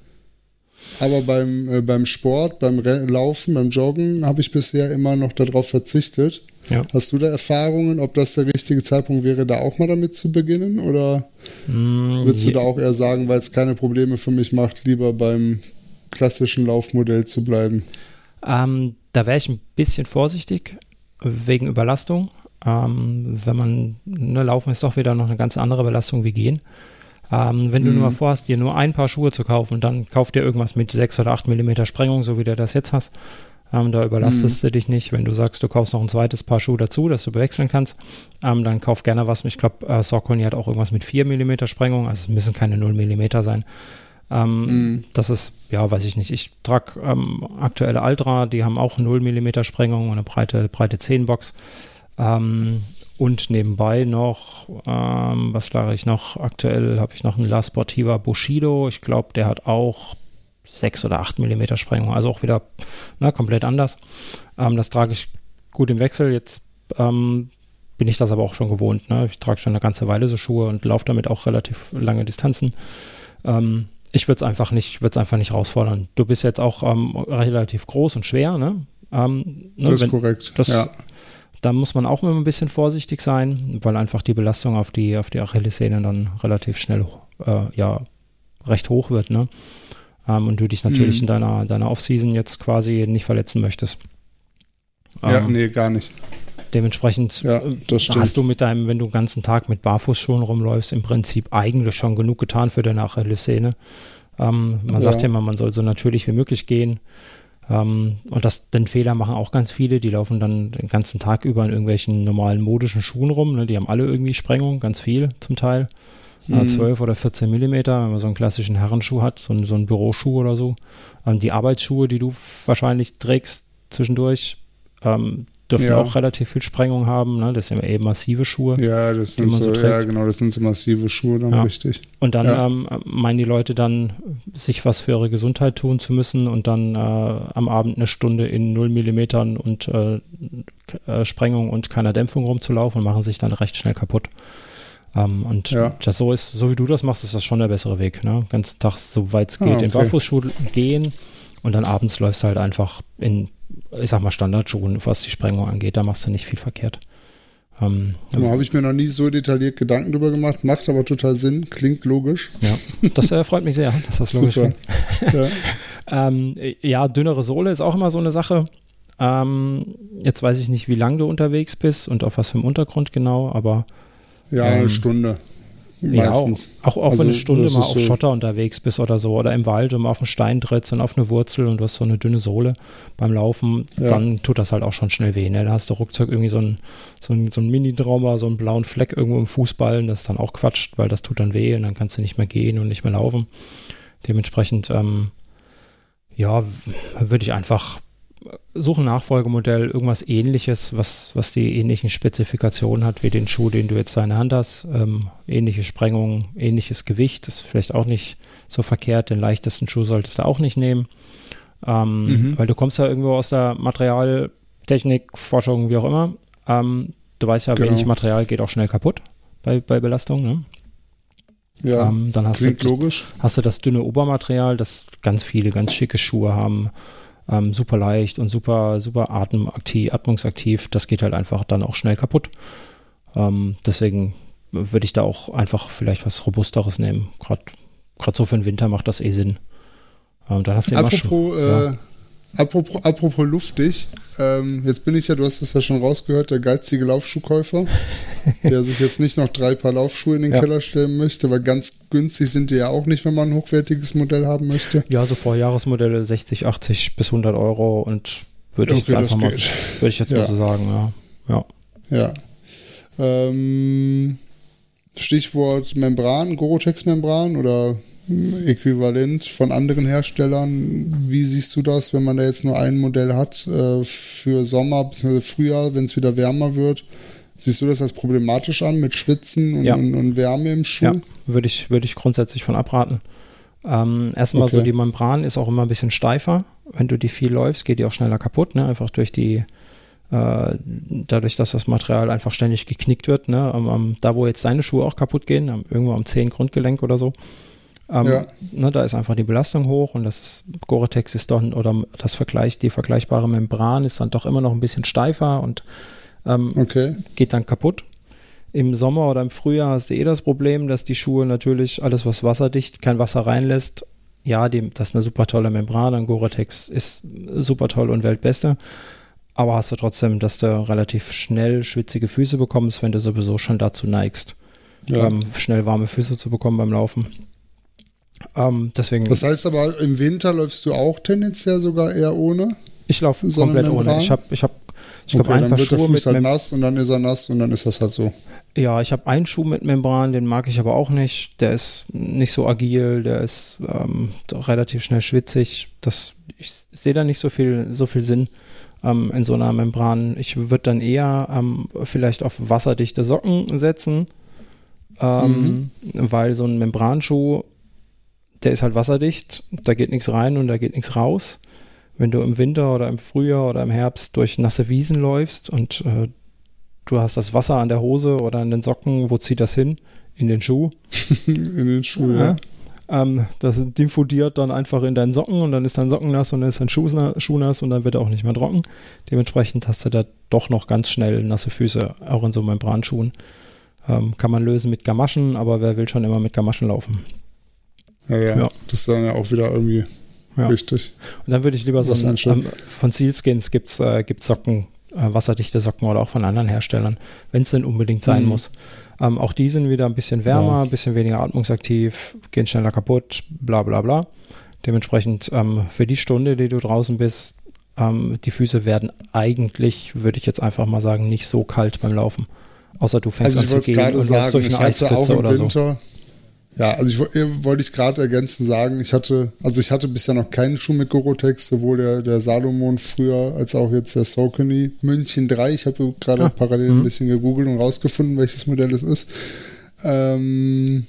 Aber beim, äh, beim Sport, beim Laufen, beim Joggen habe ich bisher immer noch darauf verzichtet. Ja. Hast du da Erfahrungen, ob das der richtige Zeitpunkt wäre, da auch mal damit zu beginnen? Oder mm, würdest du ja. da auch eher sagen, weil es keine Probleme für mich macht, lieber beim klassischen Laufmodell zu bleiben? Ähm, da wäre ich ein bisschen vorsichtig wegen Überlastung. Ähm, wenn man, ne, Laufen ist doch wieder noch eine ganz andere Belastung wie Gehen. Ähm, wenn du mm. nur vorhast, dir nur ein Paar Schuhe zu kaufen, dann kauf dir irgendwas mit sechs oder acht Millimeter Sprengung, so wie du das jetzt hast. Ähm, da überlastest mhm. du dich nicht. Wenn du sagst, du kaufst noch ein zweites Paar Schuhe dazu, dass du bewechseln kannst, ähm, dann kauf gerne was. Ich glaube, äh, Saucony hat auch irgendwas mit vier Millimeter Sprengung, also es müssen keine null Millimeter sein. Ähm, mhm. Das ist, ja, weiß ich nicht. Ich trage ähm, aktuelle Altra, die haben auch null Millimeter Sprengung und eine breite, breite zehn-Box. Ähm, und nebenbei noch, ähm, was trage ich noch? Aktuell habe ich noch einen La Sportiva Bushido. Ich glaube, der hat auch sechs oder acht Millimeter Sprengung, also auch wieder na, komplett anders. Ähm, das trage ich gut im Wechsel. Jetzt ähm, bin ich das aber auch schon gewohnt. Ne? Ich trage schon eine ganze Weile so Schuhe und laufe damit auch relativ lange Distanzen. Ähm, ich würde es einfach nicht, würde es einfach nicht herausfordern. Du bist jetzt auch ähm, relativ groß und schwer, ne? Ähm, ne? Das ist Wenn, korrekt. Das, ja. Da muss man auch immer ein bisschen vorsichtig sein, weil einfach die Belastung auf die, auf die Achillessehne dann relativ schnell äh, ja, recht hoch wird, ne? Um, und du dich natürlich mhm. in deiner, deiner Off-Season jetzt quasi nicht verletzen möchtest. Ja, um, nee, gar nicht. Dementsprechend ja, das hast du mit deinem, wenn du den ganzen Tag mit Barfußschuhen rumläufst, im Prinzip eigentlich schon genug getan für deine Achillessehne. Um, man ja. sagt ja immer, man soll so natürlich wie möglich gehen. Um, und das, den Fehler machen auch ganz viele, die laufen dann den ganzen Tag über in irgendwelchen normalen modischen Schuhen rum. Ne? Die haben alle irgendwie Sprengung, ganz viel zum Teil. zwölf oder vierzehn Millimeter, wenn man so einen klassischen Herrenschuh hat, so, so einen Büroschuh oder so. Ähm, die Arbeitsschuhe, die du wahrscheinlich trägst zwischendurch, ähm, dürfen ja. auch relativ viel Sprengung haben. Ne? Das sind eben massive Schuhe. Ja, das sind so, so ja, genau, das sind so massive Schuhe, dann ja. richtig. Und dann ja. ähm, meinen die Leute dann, sich was für ihre Gesundheit tun zu müssen und dann äh, am Abend eine Stunde in null Millimetern und äh, äh, Sprengung und keiner Dämpfung rumzulaufen und machen sich dann recht schnell kaputt. Um, und ja. das so ist, so wie du das machst, ist das schon der bessere Weg. Ne? Den ganzen Tag, so weit es geht, ah, okay. in Barfußschuhen gehen und dann abends läufst du halt einfach in, ich sag mal, Standardschuhen, was die Sprengung angeht. Da machst du nicht viel verkehrt. Um, da habe ich mir noch nie so detailliert Gedanken drüber gemacht, macht aber total Sinn, klingt logisch. Ja, das äh, freut mich sehr, dass das logisch klingt. Ja. ähm, ja, dünnere Sohle ist auch immer so eine Sache. Ähm, jetzt weiß ich nicht, wie lange du unterwegs bist und auf was für einem Untergrund genau, aber Ja, eine ähm, Stunde. Meistens. Ja, auch, auch, auch also, wenn eine Stunde mal auf so Schotter unterwegs bist oder so oder im Wald und mal auf einen Stein trittst und auf eine Wurzel und du hast so eine dünne Sohle beim Laufen, ja. dann tut das halt auch schon schnell weh. Ne? Da hast du ruckzuck irgendwie so ein, so ein, so ein Mini-Trauma, so einen blauen Fleck irgendwo im Fußballen, das ist dann auch Quatsch, weil das tut dann weh und dann kannst du nicht mehr gehen und nicht mehr laufen. Dementsprechend, ähm, ja, würde ich einfach suche ein Nachfolgemodell, irgendwas Ähnliches, was, was die ähnlichen Spezifikationen hat wie den Schuh, den du jetzt in der Hand hast. Ähm, ähnliche Sprengung, ähnliches Gewicht, ist vielleicht auch nicht so verkehrt. Den leichtesten Schuh solltest du auch nicht nehmen, ähm, mhm. weil du kommst ja irgendwo aus der Materialtechnik, Forschung, wie auch immer. Ähm, du weißt ja, genau. wenig Material geht auch schnell kaputt bei, bei Belastung, ne? Ja, ähm, dann hast klingt du, logisch. Hast du das dünne Obermaterial, das ganz viele, ganz schicke Schuhe haben, Ähm, super leicht und super, super atmaktiv, atmungsaktiv. Das geht halt einfach dann auch schnell kaputt. Ähm, deswegen würde ich da auch einfach vielleicht was Robusteres nehmen. Gerade gerade so für den Winter macht das eh Sinn. Ähm, dann hast du immer Apropos, schon, äh, ja. apropos, apropos luftig, ähm, jetzt bin ich ja, du hast es ja schon rausgehört, der geizige Laufschuhkäufer, der sich jetzt nicht noch drei Paar Laufschuhe in den Ja. Keller stellen möchte, weil ganz günstig sind die ja auch nicht, wenn man ein hochwertiges Modell haben möchte. Ja, so Vorjahresmodelle sechzig, achtzig bis hundert Euro und würde ich Okay, jetzt einfach mal, das so- geht. würde ich jetzt Ja. mal so sagen, ja. Ja. Ja. Ähm, Stichwort Membran, Gore-Tex-Membran oder hm, Äquivalent von anderen Herstellern. Wie siehst du das, wenn man da jetzt nur ein Modell hat äh, für Sommer bzw. Frühjahr, wenn es wieder wärmer wird? Siehst du das als problematisch an mit Schwitzen und, Ja. und, und Wärme im Schuh? Ja, würde ich, würde ich grundsätzlich von abraten. Ähm, erstmal Okay. so, die Membran ist auch immer ein bisschen steifer. Wenn du die viel läufst, geht die auch schneller kaputt, ne? Einfach durch die, äh, dadurch, dass das Material einfach ständig geknickt wird, ne? Am, am, da, wo jetzt deine Schuhe auch kaputt gehen, am, irgendwo am Zehengrundgelenk oder so. Ähm, Ja. ne, da ist einfach die Belastung hoch und das ist, Gore-Tex ist dann, oder das Vergleich, die vergleichbare Membran ist dann doch immer noch ein bisschen steifer und ähm, Okay. geht dann kaputt. Im Sommer oder im Frühjahr hast du eh das Problem, dass die Schuhe natürlich alles, was wasserdicht, kein Wasser reinlässt. Ja, die, das ist eine super tolle Membran, ein Gore-Tex ist super toll und Weltbeste. Aber hast du trotzdem, dass du relativ schnell schwitzige Füße bekommst, wenn du sowieso schon dazu neigst, Ja. ähm, schnell warme Füße zu bekommen beim Laufen. Ähm, deswegen, Das heißt aber, im Winter läufst du auch tendenziell sogar eher ohne? ich laufe so eine komplett Membran? ohne. Ich habe, ich habe, ich glaube, Okay, ein dann paar wird der Schuhe Fuß mit halt Mem- nass und dann ist er nass und dann ist das halt so. Ja, ich habe einen Schuh mit Membran, den mag ich aber auch nicht. Der ist nicht so agil, der ist ähm, doch relativ schnell schwitzig. Das, ich sehe da nicht so viel, so viel Sinn ähm, in so einer Membran. Ich würde dann eher ähm, vielleicht auf wasserdichte Socken setzen, ähm, weil so ein Membranschuh, der ist halt wasserdicht, da geht nichts rein und da geht nichts raus. Wenn du im Winter oder im Frühjahr oder im Herbst durch nasse Wiesen läufst und äh, du hast das Wasser an der Hose oder an den Socken, wo zieht das hin? In den Schuh. In den Schuh, ja. Ähm, das diffundiert dann einfach in deinen Socken und dann ist dein Socken nass und dann ist dein Schuh, na- Schuh nass und dann wird er auch nicht mehr trocken. Dementsprechend hast du da doch noch ganz schnell nasse Füße, auch in so Membranschuhen. Ähm, kann man lösen mit Gamaschen, aber wer will schon immer mit Gamaschen laufen? Ja, ja, Ja. das ist dann ja auch wieder irgendwie Ja. richtig. Und dann würde ich lieber so Was ein, anschauen. ähm, von Sealskins gibt es äh, gibt's Socken, äh, wasserdichte Socken oder auch von anderen Herstellern, wenn es denn unbedingt sein Mhm. muss. Ähm, auch die sind wieder ein bisschen wärmer, Ja. ein bisschen weniger atmungsaktiv, gehen schneller kaputt, bla bla bla. Dementsprechend ähm, für die Stunde, die du draußen bist, ähm, die Füße werden eigentlich, würde ich jetzt einfach mal sagen, nicht so kalt beim Laufen. Außer du fängst Also ich an wollte zu es gehen gerade und läufst sagen, durch ich eine hatte auch Eispfütze im oder so. Winter, ja, also ich wo- äh, wollte ich gerade ergänzend sagen, ich hatte, also ich hatte bisher noch keinen Schuh mit Gore-Tex, sowohl der, der Salomon früher als auch jetzt der Saucony München drei. Ich habe gerade Ah, parallel mhm. ein bisschen gegoogelt und rausgefunden, welches Modell es ist. Ähm,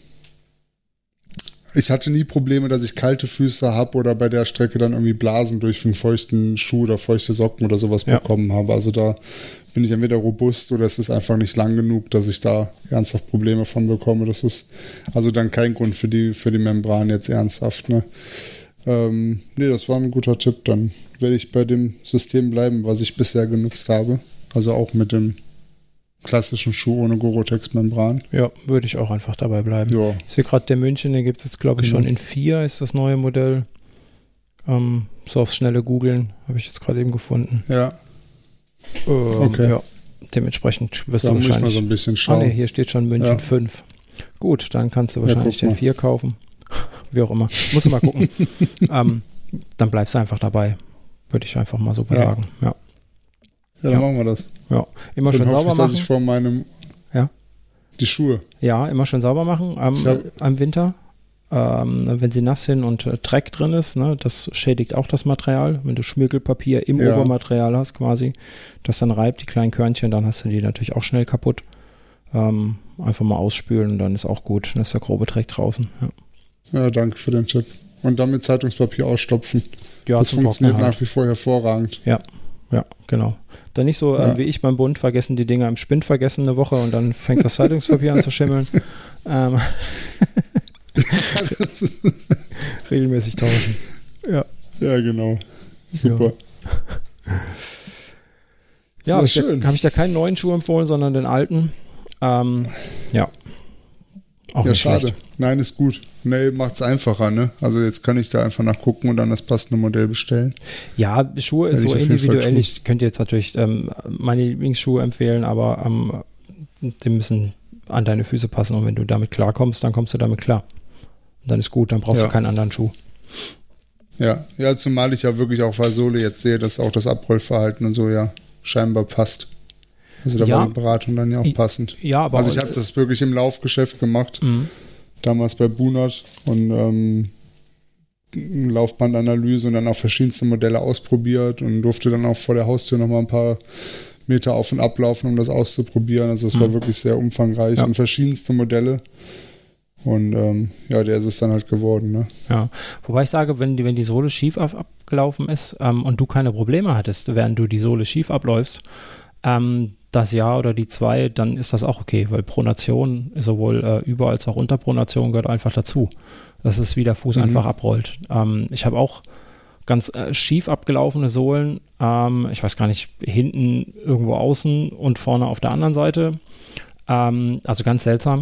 ich hatte nie Probleme, dass ich kalte Füße habe oder bei der Strecke dann irgendwie Blasen durch einen feuchten Schuh oder feuchte Socken oder sowas Ja. bekommen habe. Also da bin ich entweder robust oder es ist einfach nicht lang genug, dass ich da ernsthaft Probleme von bekomme. Das ist also dann kein Grund für die, für die Membran jetzt ernsthaft. Ne? Ähm, nee, das war ein guter Tipp. Dann werde ich bei dem System bleiben, was ich bisher genutzt habe. Also auch mit dem klassischen Schuh ohne Gore-Tex-Membran. Ja, würde ich auch einfach dabei bleiben. Ja, Ich sehe gerade, der München, den gibt es jetzt, glaube ich, Genau. schon in vier, ist das neue Modell. Ähm, so aufs schnelle Googeln, habe ich jetzt gerade eben gefunden. ja, Ähm, Okay. Ja, dementsprechend wirst da du muss ich mal wahrscheinlich... so ein bisschen Ah, schauen. nee, hier steht schon München Ja. fünf. Gut, dann kannst du Ja, wahrscheinlich guck den mal. vier kaufen. Wie auch immer. Musst du mal gucken. ähm, dann bleibst du einfach dabei. Würde ich einfach mal so Ja. sagen. Ja. Ja, dann Ja. machen wir das. ja. Immer Dann schön hoffe sauber ich, dass ich machen. vor meinem Ja. die Schuhe. Ja, immer schön sauber machen am, Ich hab- am Winter. Ähm, wenn sie nass sind und äh, Dreck drin ist, ne, das schädigt auch das Material. Wenn du Schmirgelpapier im Ja. Obermaterial hast quasi, das dann reibt, die kleinen Körnchen, dann hast du die natürlich auch schnell kaputt. Ähm, einfach mal ausspülen und dann ist auch gut. Dann ist der grobe Dreck draußen. Ja, Ja, danke für den Tipp. Und dann mit Zeitungspapier ausstopfen. ja das zum funktioniert Trocknen halt. nach wie vor hervorragend. Ja, genau. Dann nicht so Ja. äh, wie ich beim Bund vergessen, die Dinger im Spind vergessen eine Woche und dann fängt das Zeitungspapier an zu schimmeln. Ähm, regelmäßig tauschen. Ja. Ja, genau. Super. Ja, Ja, habe ich, schön. dir- hab ich dir keinen neuen Schuh empfohlen, sondern den alten. Ähm, ja. Auch Ja, nicht schade. schlecht. Nein, ist gut. Nee, macht es einfacher, ne? Also jetzt kann ich da einfach nachgucken und dann das passende Modell bestellen. Ja, Schuhe ist so individuell. Ich könnte jetzt natürlich ähm, meine Lieblingsschuhe empfehlen, aber ähm, die müssen an deine Füße passen und wenn du damit klarkommst, dann kommst du damit klar. Und dann ist gut, dann brauchst ja. du keinen anderen Schuh. Ja, ja, zumal ich ja wirklich auch bei Sohle jetzt sehe, dass auch das Abrollverhalten und so ja scheinbar passt. Also da ja. war die Beratung dann ja auch passend. Ja, aber also ich habe das wirklich im Laufgeschäft gemacht, mhm. damals bei Bunert und ähm, Laufbandanalyse und dann auch verschiedenste Modelle ausprobiert und durfte dann auch vor der Haustür nochmal ein paar Meter auf und ab laufen, um das auszuprobieren. Also es mhm. war wirklich sehr umfangreich ja. und verschiedenste Modelle. Und ähm, ja, der ist es dann halt geworden. Ne? Ja, wobei ich sage, wenn die, wenn die Sohle schief ab, abgelaufen ist ähm, und du keine Probleme hattest, während du die Sohle schief abläufst, ähm, das Jahr oder die zwei, dann ist das auch okay, weil Pronation, sowohl äh, Über- als auch Unterpronation gehört einfach dazu. Das ist, wie der Fuß mhm. einfach abrollt. Ähm, ich habe auch ganz äh, schief abgelaufene Sohlen, ähm, ich weiß gar nicht, hinten irgendwo außen und vorne auf der anderen Seite. Ähm, also ganz seltsam.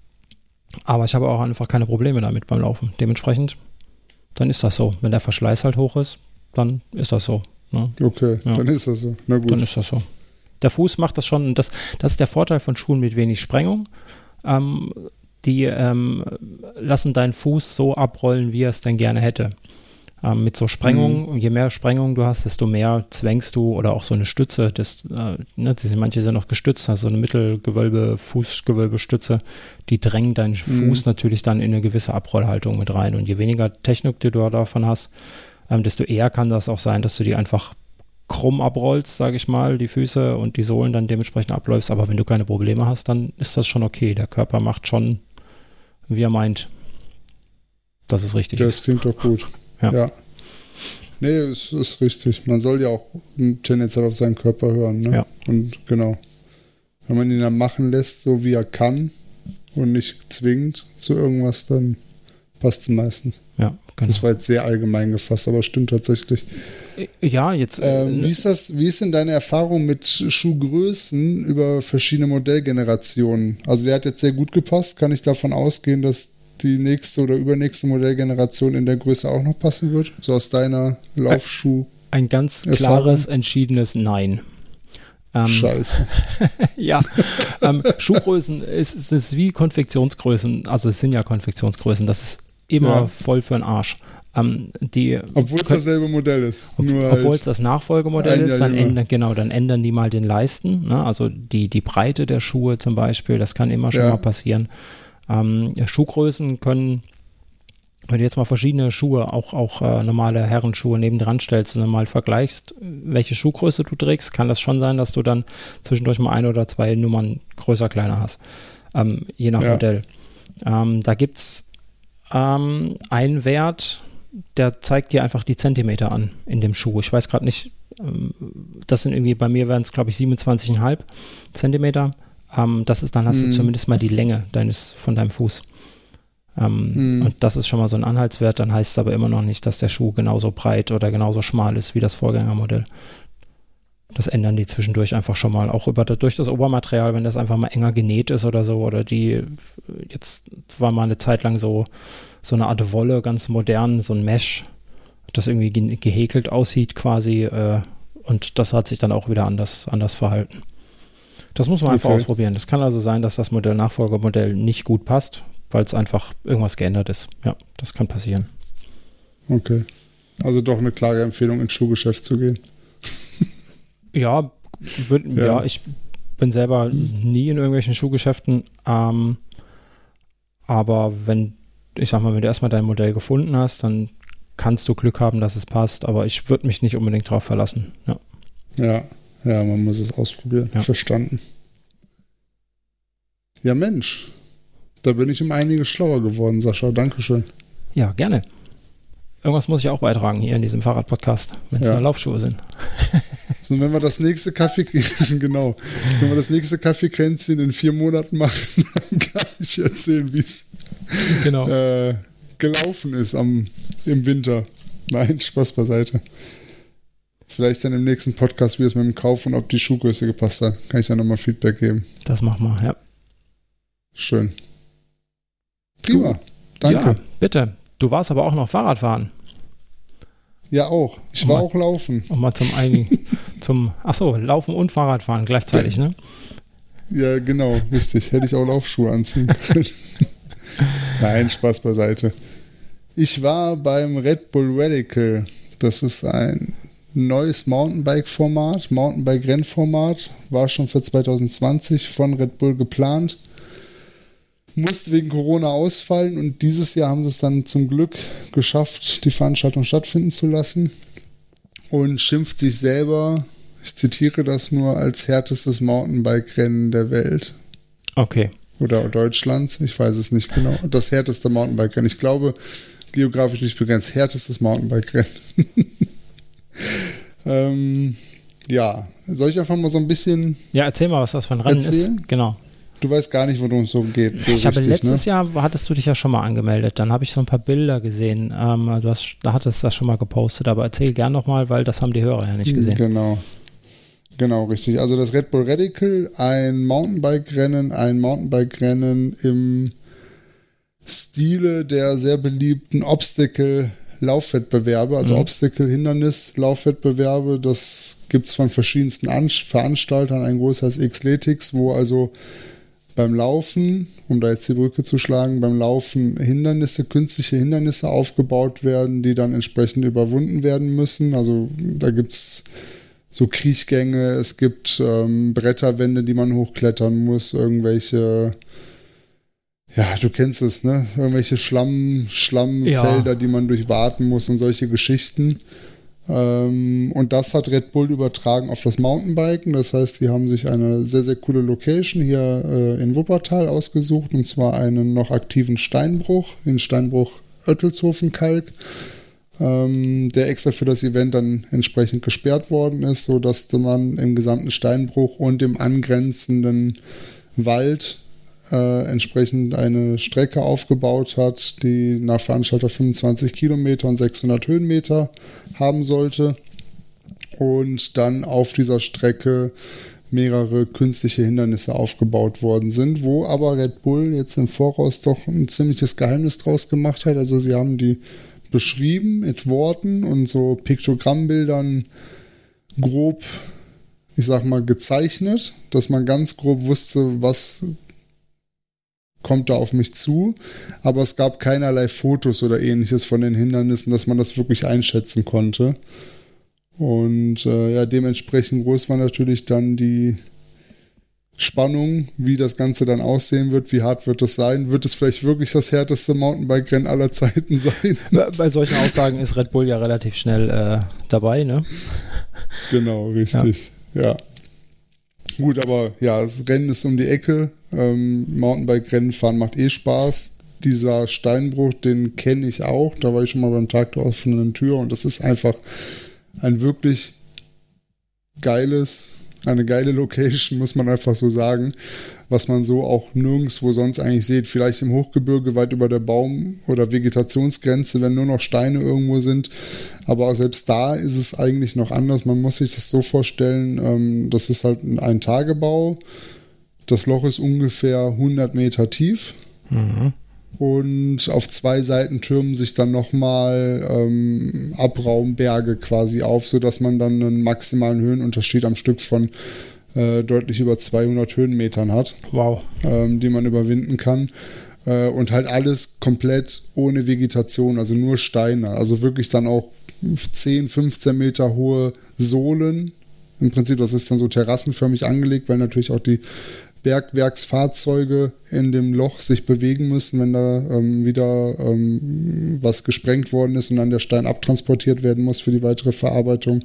Aber ich habe auch einfach keine Probleme damit beim Laufen. Dementsprechend, dann ist das so. Wenn der Verschleiß halt hoch ist, dann ist das so. Ne? Okay, ja. dann ist das so. Na gut. Dann ist das so. Der Fuß macht das schon. Das, das ist der Vorteil von Schuhen mit wenig Sprengung. Ähm, die ähm, lassen deinen Fuß so abrollen, wie er es denn gerne hätte. Ähm, mit so Sprengung, mhm. je mehr Sprengung du hast, desto mehr zwängst du oder auch so eine Stütze, das, äh, ne, die sind, manche sind noch gestützt, also eine Mittelgewölbe, Fußgewölbestütze, die drängen deinen mhm. Fuß natürlich dann in eine gewisse Abrollhaltung mit rein und je weniger Technik die du davon hast, ähm, desto eher kann das auch sein, dass du die einfach krumm abrollst, sage ich mal, die Füße und die Sohlen dann dementsprechend abläufst, aber wenn du keine Probleme hast, dann ist das schon okay, der Körper macht schon, wie er meint, dass es richtig das ist. Das klingt doch gut. Ja. ja. Nee, es ist richtig. Man soll ja auch tendenziell auf seinen Körper hören. Ne? Ja. Und genau. Wenn man ihn dann machen lässt, so wie er kann und nicht zwingt zu irgendwas, dann passt es meistens. Ja, genau. Das war jetzt sehr allgemein gefasst, aber stimmt tatsächlich. Ja, jetzt. Ähm, äh, wie ist das, wie ist denn deine Erfahrung mit Schuhgrößen über verschiedene Modellgenerationen? Also der hat jetzt sehr gut gepasst. Kann ich davon ausgehen, dass die nächste oder übernächste Modellgeneration in der Größe auch noch passen wird? So aus deiner Laufschuh. Ein ganz klares, entschiedenes Nein. Ähm, Scheiße. ja, ähm, Schuhgrößen ist, ist, ist wie Konfektionsgrößen, also es sind ja Konfektionsgrößen, das ist immer ja. voll für den Arsch. Ähm, die obwohl es dasselbe Modell ist. Ob, Nur obwohl halt es das Nachfolgemodell ist, dann ändern, genau, dann ändern die mal den Leisten, ne? Also die, die Breite der Schuhe zum Beispiel, das kann immer schon ja. mal passieren. Ähm, Schuhgrößen können, wenn du jetzt mal verschiedene Schuhe, auch, auch äh, normale Herrenschuhe nebendran stellst und dann mal vergleichst, welche Schuhgröße du trägst, kann das schon sein, dass du dann zwischendurch mal ein oder zwei Nummern größer, kleiner hast. Ähm, je nach ja. Modell. Ähm, da gibt es ähm, einen Wert, der zeigt dir einfach die Zentimeter an in dem Schuh. Ich weiß gerade nicht, ähm, das sind irgendwie, bei mir wären es glaube ich siebenundzwanzig Komma fünf Zentimeter. Um, das ist, dann hast mm. du zumindest mal die Länge deines, von deinem Fuß. Um, mm. Und das ist schon mal so ein Anhaltswert, dann heißt es aber immer noch nicht, dass der Schuh genauso breit oder genauso schmal ist wie das Vorgängermodell. Das ändern die zwischendurch einfach schon mal, auch über, durch das Obermaterial, wenn das einfach mal enger genäht ist oder so, oder die, jetzt war mal eine Zeit lang so, so eine Art Wolle, ganz modern, so ein Mesh, das irgendwie ge- gehäkelt aussieht quasi, äh, und das hat sich dann auch wieder anders, anders verhalten. Das muss man okay. einfach ausprobieren. Das kann also sein, dass das Modell Nachfolgemodell nicht gut passt, weil es einfach irgendwas geändert ist. Ja, das kann passieren. Okay. Also doch eine klare Empfehlung, ins Schuhgeschäft zu gehen. ja, würd, ja. ja, ich bin selber nie in irgendwelchen Schuhgeschäften. Ähm, aber wenn, ich sag mal, wenn du erstmal dein Modell gefunden hast, dann kannst du Glück haben, dass es passt. Aber ich würde mich nicht unbedingt drauf verlassen. Ja. Ja. Ja, man muss es ausprobieren. Ja. Verstanden. Ja, Mensch. Da bin ich um einiges schlauer geworden, Sascha. Dankeschön. Ja, gerne. Irgendwas muss ich auch beitragen hier in diesem Fahrradpodcast, wenn es ja. nur Laufschuhe sind. So, wenn wir das nächste Kaffee, genau, wenn wir das nächste Kaffeekränzchen in vier Monaten machen, dann kann ich erzählen, wie es genau. äh, gelaufen ist am, im Winter. Nein, Spaß beiseite. Vielleicht dann im nächsten Podcast, wie es mit dem Kauf und ob die Schuhgröße gepasst hat. Kann ich dann nochmal Feedback geben. Das machen wir, ja. Schön. Prima. Gut. Danke. Ja, bitte. Du warst aber auch noch Fahrradfahren. Ja, auch. Ich war auch laufen. Um mal zum einigen, zum, achso, Laufen und Fahrradfahren gleichzeitig, ne? Ja, genau, richtig. Hätte ich auch Laufschuhe anziehen können. Nein, Spaß beiseite. Ich war beim Red Bull Radical. Das ist ein neues Mountainbike-Format, Mountainbike-Rennformat. War schon für zwanzig zwanzig von Red Bull geplant. Musste wegen Corona ausfallen und dieses Jahr haben sie es dann zum Glück geschafft, die Veranstaltung stattfinden zu lassen und schimpft sich selber, ich zitiere das nur, als härtestes Mountainbike-Rennen der Welt. Okay. Oder Deutschlands, ich weiß es nicht genau. Das härteste Mountainbike-Rennen. Ich glaube, geografisch nicht begrenzt, härtestes Mountainbike-Rennen. ähm, ja, soll ich einfach mal so ein bisschen Ja, erzähl mal, was das für ein Rennen erzählen? ist. Genau. Du weißt gar nicht, worum es so geht. So ich habe richtig, letztes ne? Jahr, hattest du dich ja schon mal angemeldet, dann habe ich so ein paar Bilder gesehen. Ähm, du hast, da hattest das schon mal gepostet, aber erzähl gern nochmal, weil das haben die Hörer ja nicht gesehen. Genau. Genau, richtig. Also das Red Bull Radical, ein Mountainbike-Rennen, ein Mountainbike-Rennen im Stile der sehr beliebten Obstacle-Laufwettbewerbe, also mhm. Obstacle-Hindernis-Laufwettbewerbe. Das gibt es von verschiedensten An- Veranstaltern. Ein großer ist Xletics, wo also beim Laufen, um da jetzt die Brücke zu schlagen, beim Laufen Hindernisse, künstliche Hindernisse aufgebaut werden, die dann entsprechend überwunden werden müssen. Also da gibt es so Kriechgänge, es gibt ähm, Bretterwände, die man hochklettern muss, irgendwelche, ja, du kennst es, ne? Irgendwelche Schlamm, Schlammfelder, ja. die man durchwaten muss und solche Geschichten. Ähm, und das hat Red Bull übertragen auf das Mountainbiken. Das heißt, die haben sich eine sehr, sehr coole Location hier äh, in Wuppertal ausgesucht, und zwar einen noch aktiven Steinbruch, den Steinbruch Oettelshofen-Kalk, ähm, der extra für das Event dann entsprechend gesperrt worden ist, sodass man im gesamten Steinbruch und im angrenzenden Wald äh, entsprechend eine Strecke aufgebaut hat, die nach Veranstalter fünfundzwanzig Kilometer und sechshundert Höhenmeter haben sollte, und dann auf dieser Strecke mehrere künstliche Hindernisse aufgebaut worden sind, wo aber Red Bull jetzt im Voraus doch ein ziemliches Geheimnis draus gemacht hat. Also sie haben die beschrieben mit Worten und so Piktogrammbildern grob, ich sag mal, gezeichnet, dass man ganz grob wusste, was kommt da auf mich zu, aber es gab keinerlei Fotos oder ähnliches von den Hindernissen, dass man das wirklich einschätzen konnte. Und äh, ja, dementsprechend groß war natürlich dann die Spannung, wie das Ganze dann aussehen wird, wie hart wird das sein, wird es vielleicht wirklich das härteste Mountainbike-Rennen aller Zeiten sein? Bei solchen Aussagen ist Red Bull ja relativ schnell äh, dabei, ne? Genau, richtig, ja. ja. Gut, aber ja, das Rennen ist um die Ecke, ähm, Mountainbike-Rennen fahren macht eh Spaß. Dieser Steinbruch, den kenne ich auch, da war ich schon mal beim Tag der offenen Tür, und das ist einfach ein wirklich geiles, eine geile Location, muss man einfach so sagen, was man so auch nirgendwo sonst eigentlich sieht. Vielleicht im Hochgebirge weit über der Baum- oder Vegetationsgrenze, wenn nur noch Steine irgendwo sind. Aber auch selbst da ist es eigentlich noch anders. Man muss sich das so vorstellen, ähm, das ist halt ein Eintagebau. Das Loch ist ungefähr hundert Meter tief. Mhm. Und auf zwei Seiten türmen sich dann nochmal ähm, Abraumberge quasi auf, sodass man dann einen maximalen Höhenunterschied am Stück von äh, deutlich über zweihundert Höhenmetern hat. Wow. Ähm, die man überwinden kann. Äh, und halt alles komplett ohne Vegetation, also nur Steine. Also wirklich dann auch zehn, fünfzehn Meter hohe Sohlen. Im Prinzip, das ist dann so terrassenförmig angelegt, weil natürlich auch die Bergwerksfahrzeuge in dem Loch sich bewegen müssen, wenn da ähm, wieder ähm, was gesprengt worden ist und dann der Stein abtransportiert werden muss für die weitere Verarbeitung.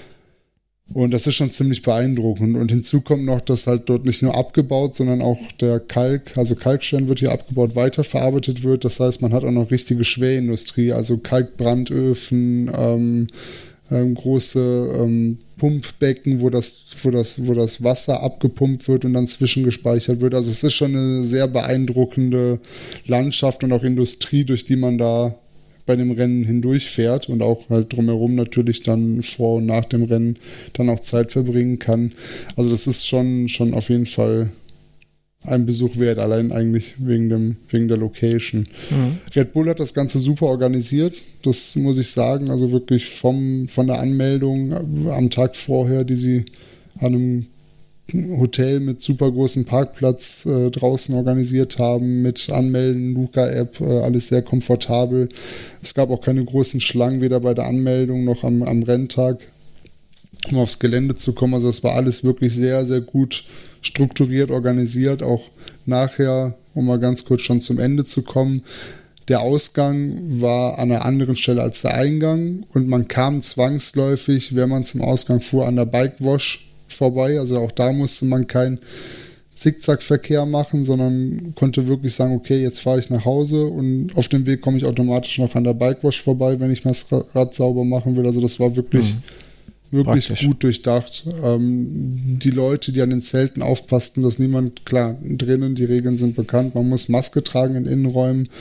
Und das ist schon ziemlich beeindruckend. Und hinzu kommt noch, dass halt dort nicht nur abgebaut, sondern auch der Kalk, also Kalkstein wird hier abgebaut, weiterverarbeitet wird. Das heißt, man hat auch noch richtige Schwerindustrie, also Kalkbrandöfen, ähm, ähm, große ähm, Pumpbecken, wo das, wo, das, wo das Wasser abgepumpt wird und dann zwischengespeichert wird. Also es ist schon eine sehr beeindruckende Landschaft und auch Industrie, durch die man da bei dem Rennen hindurchfährt und auch halt drumherum natürlich dann vor und nach dem Rennen dann auch Zeit verbringen kann. Also das ist schon, schon auf jeden Fall ein Besuch wert, allein eigentlich wegen, dem, wegen der Location. Mhm. Red Bull hat das Ganze super organisiert, das muss ich sagen, also wirklich vom, von der Anmeldung am Tag vorher, die sie an einem Hotel mit super großem Parkplatz äh, draußen organisiert haben, mit Anmelden, Luca-App, äh, alles sehr komfortabel. Es gab auch keine großen Schlangen, weder bei der Anmeldung noch am, am Renntag, um aufs Gelände zu kommen. Also es war alles wirklich sehr, sehr gut strukturiert, organisiert. Auch nachher, um mal ganz kurz schon zum Ende zu kommen, der Ausgang war an einer anderen Stelle als der Eingang und man kam zwangsläufig, wenn man zum Ausgang fuhr, an der Bike-Wash vorbei, also auch da musste man keinen Zickzackverkehr machen, sondern konnte wirklich sagen, okay, jetzt fahre ich nach Hause und auf dem Weg komme ich automatisch noch an der Bikewash vorbei, wenn ich mal das Rad sauber machen will. Also das war wirklich, mhm. wirklich Praktisch. gut durchdacht. Ähm, die Leute, die an den Zelten aufpassten, dass niemand, klar, drinnen, die Regeln sind bekannt, man muss Maske tragen in Innenräumen.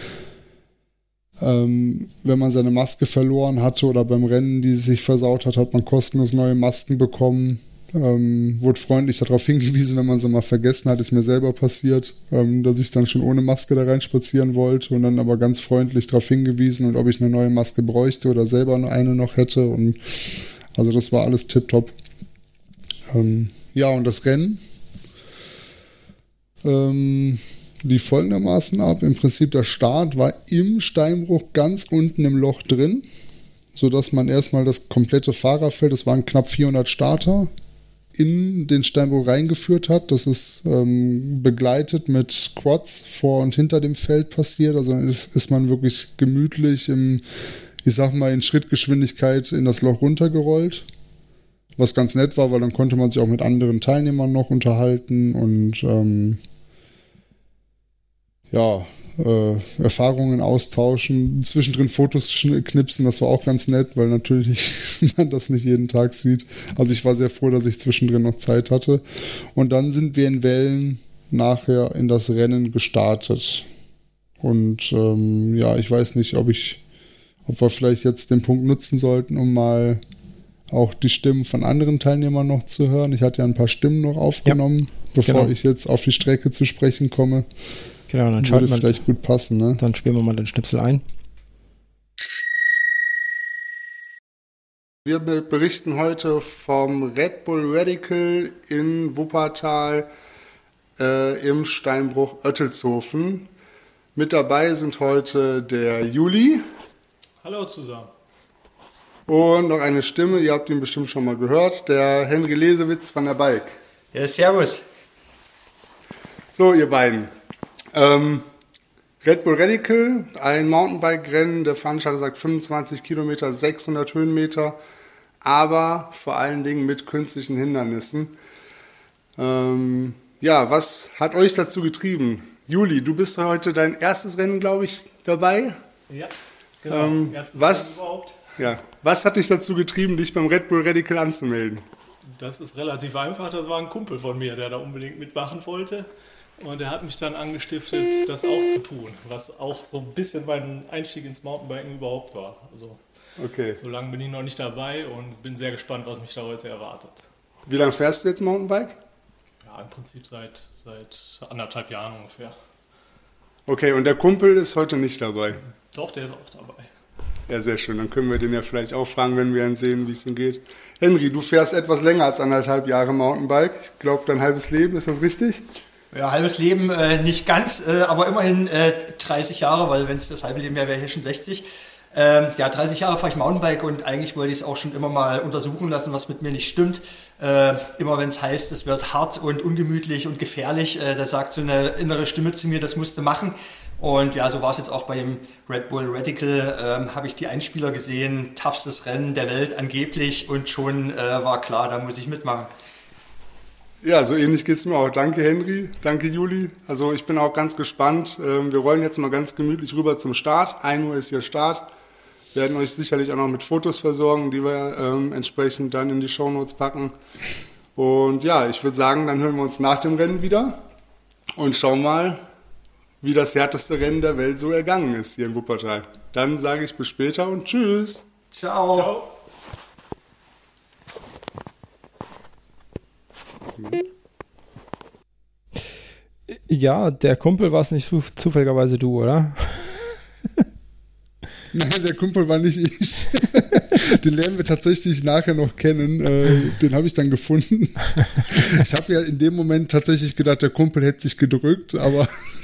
Ähm, wenn man seine Maske verloren hatte oder beim Rennen, die sich versaut hat, hat man kostenlos neue Masken bekommen. Ähm, wurde freundlich darauf hingewiesen, wenn man sie mal vergessen hat, ist mir selber passiert, ähm, dass ich dann schon ohne Maske da rein spazieren wollte und dann aber ganz freundlich darauf hingewiesen und ob ich eine neue Maske bräuchte oder selber eine noch hätte und also das war alles tipptopp. Ähm, ja, und das Rennen ähm, lief folgendermaßen ab. Im Prinzip der Start war im Steinbruch ganz unten im Loch drin, sodass man erstmal das komplette Fahrerfeld, das waren knapp vierhundert Starter, in den Steinbruch reingeführt hat. Das ist ähm, begleitet mit Quads vor und hinter dem Feld passiert. Also ist, ist man wirklich gemütlich im, ich sag mal, in Schrittgeschwindigkeit in das Loch runtergerollt. Was ganz nett war, weil dann konnte man sich auch mit anderen Teilnehmern noch unterhalten und ähm, ja, äh, Erfahrungen austauschen, zwischendrin Fotos knipsen, das war auch ganz nett, weil natürlich man das nicht jeden Tag sieht. Also ich war sehr froh, dass ich zwischendrin noch Zeit hatte. Und dann sind wir in Wellen nachher in das Rennen gestartet. Und ähm, ja, ich weiß nicht, ob ich, ob wir vielleicht jetzt den Punkt nutzen sollten, um mal auch die Stimmen von anderen Teilnehmern noch zu hören. Ich hatte ja ein paar Stimmen noch aufgenommen, ja, bevor genau. ich jetzt auf die Strecke zu sprechen komme. Genau, dann würde vielleicht gut passen, ne? Dann spielen wir mal den Schnipsel ein. Wir berichten heute vom Red Bull Radical in Wuppertal äh, im Steinbruch Oettelshofen. Mit dabei sind heute der Juli. Hallo zusammen. Und noch eine Stimme, ihr habt ihn bestimmt schon mal gehört, der Henry Lesewitz von der Bike. Ja, servus. So, ihr beiden. Ähm, Red Bull Radical, ein Mountainbike-Rennen, der Veranstalter sagt fünfundzwanzig Kilometer, sechshundert Höhenmeter, aber vor allen Dingen mit künstlichen Hindernissen. Ähm, ja, was hat euch dazu getrieben? Juli, du bist heute dein erstes Rennen, glaube ich, dabei. Ja, genau. Ähm, was, überhaupt. Ja, was hat dich dazu getrieben, dich beim Red Bull Radical anzumelden? Das ist relativ einfach. Das war ein Kumpel von mir, der da unbedingt mitmachen wollte. Und er hat mich dann angestiftet, das auch zu tun, was auch so ein bisschen mein Einstieg ins Mountainbiken überhaupt war. Also okay. So lange bin ich noch nicht dabei und bin sehr gespannt, was mich da heute erwartet. Wie lange fährst du jetzt Mountainbike? Ja, im Prinzip seit, seit anderthalb Jahren ungefähr. Okay, und der Kumpel ist heute nicht dabei? Doch, der ist auch dabei. Ja, sehr schön. Dann können wir den ja vielleicht auch fragen, wenn wir ihn sehen, wie es ihm geht. Henry, du fährst etwas länger als anderthalb Jahre Mountainbike. Ich glaube, dein halbes Leben, ist das richtig? Ja, halbes Leben äh, nicht ganz, äh, aber immerhin äh, dreißig Jahre, weil wenn es das halbe Leben wäre, wäre ich hier schon sechzig. Ähm, ja, dreißig Jahre fahre ich Mountainbike und eigentlich wollte ich es auch schon immer mal untersuchen lassen, was mit mir nicht stimmt. Äh, immer wenn es heißt, es wird hart und ungemütlich und gefährlich, äh, da sagt so eine innere Stimme zu mir, das musst du machen. Und ja, so war es jetzt auch bei dem Red Bull Radical, ähm, habe ich die Einspieler gesehen, toughstes Rennen der Welt angeblich und schon äh, war klar, da muss ich mitmachen. Ja, so ähnlich geht es mir auch. Danke Henry, danke Juli. Also ich bin auch ganz gespannt. Wir rollen jetzt mal ganz gemütlich rüber zum Start. ein Uhr ist hier Start. Wir werden euch sicherlich auch noch mit Fotos versorgen, die wir ähm, entsprechend dann in die Shownotes packen. Und ja, ich würde sagen, dann hören wir uns nach dem Rennen wieder und schauen mal, wie das härteste Rennen der Welt so ergangen ist hier in Wuppertal. Dann sage ich bis später und tschüss. Ciao. Ciao. Ja, der Kumpel war es nicht zu, zufälligerweise du, oder? Nein, der Kumpel war nicht ich. Den lernen wir tatsächlich nachher noch kennen. Äh, den habe ich dann gefunden. Ich habe ja in dem Moment tatsächlich gedacht, der Kumpel hätte sich gedrückt, aber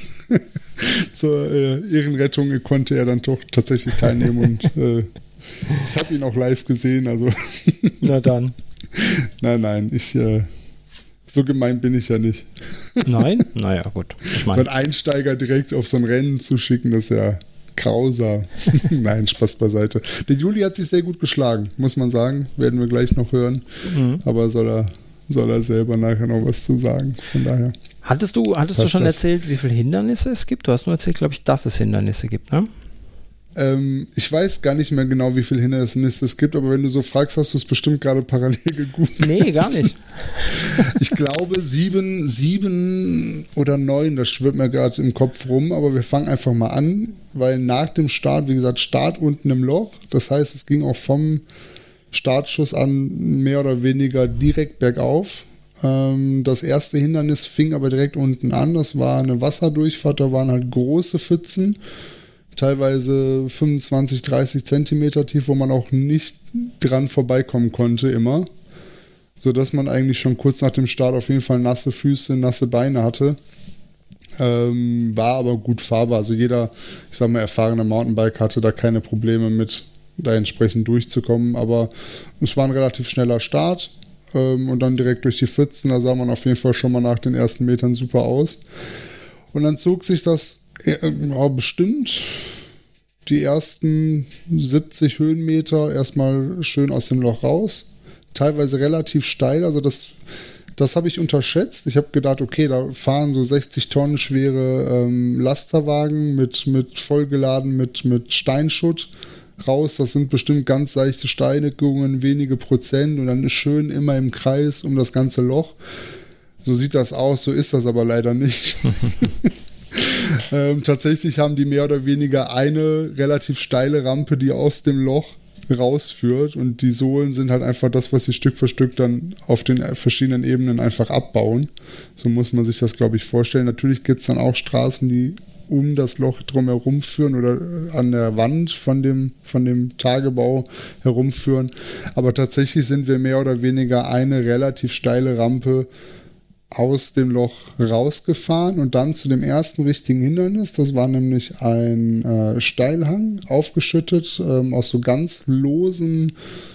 zur äh, Ehrenrettung konnte er dann doch tatsächlich teilnehmen und äh, ich habe ihn auch live gesehen. Also Na dann. Nein, nein, ich äh, so gemein bin ich ja nicht. Nein? Naja, gut. Ich mein, so einen Einsteiger direkt auf so ein Rennen zu schicken, das ist ja grausam. Nein, Spaß beiseite. Der Juli hat sich sehr gut geschlagen, muss man sagen. Werden wir gleich noch hören. Mhm. Aber soll er, soll er selber nachher noch was zu sagen. Von daher. Hattest du, hattest du schon das? erzählt, wie viele Hindernisse es gibt? Du hast nur erzählt, glaube ich, dass es Hindernisse gibt, ne? Ähm, ich weiß gar nicht mehr genau, wie viele Hindernisse es gibt, aber wenn du so fragst, hast du es bestimmt gerade parallel gegoogelt. Nee, gar nicht. Ich glaube sieben, sieben oder neun, das schwirrt mir gerade im Kopf rum, aber wir fangen einfach mal an, weil nach dem Start, wie gesagt, Start unten im Loch, das heißt, es ging auch vom Startschuss an mehr oder weniger direkt bergauf. Ähm, das erste Hindernis fing aber direkt unten an, das war eine Wasserdurchfahrt, da waren halt große Pfützen, teilweise fünfundzwanzig, dreißig Zentimeter tief, wo man auch nicht dran vorbeikommen konnte immer, sodass man eigentlich schon kurz nach dem Start auf jeden Fall nasse Füße, nasse Beine hatte. Ähm, war aber gut fahrbar, also jeder, ich sag mal, erfahrene Mountainbike hatte da keine Probleme mit, da entsprechend durchzukommen, aber es war ein relativ schneller Start ähm, und dann direkt durch die Pfützen, da sah man auf jeden Fall schon mal nach den ersten Metern super aus. Und dann zog sich das ja, bestimmt die ersten siebzig Höhenmeter erstmal schön aus dem Loch raus. Teilweise relativ steil, also das, das habe ich unterschätzt. Ich habe gedacht, okay, da fahren so sechzig Tonnen schwere ähm, Lasterwagen mit, mit vollgeladen mit, mit Steinschutt raus. Das sind bestimmt ganz seichte Steinigungen, wenige Prozent und dann ist schön immer im Kreis um das ganze Loch. So sieht das aus, so ist das aber leider nicht. ähm, tatsächlich haben die mehr oder weniger eine relativ steile Rampe, die aus dem Loch rausführt und die Sohlen sind halt einfach das, was sie Stück für Stück dann auf den verschiedenen Ebenen einfach abbauen. So muss man sich das, glaube ich, vorstellen. Natürlich gibt es dann auch Straßen, die um das Loch drumherum führen oder an der Wand von dem, von dem Tagebau herumführen. Aber tatsächlich sind wir mehr oder weniger eine relativ steile Rampe aus dem Loch rausgefahren und dann zu dem ersten richtigen Hindernis. Das war nämlich ein äh, Steilhang, aufgeschüttet ähm, aus so ganz losen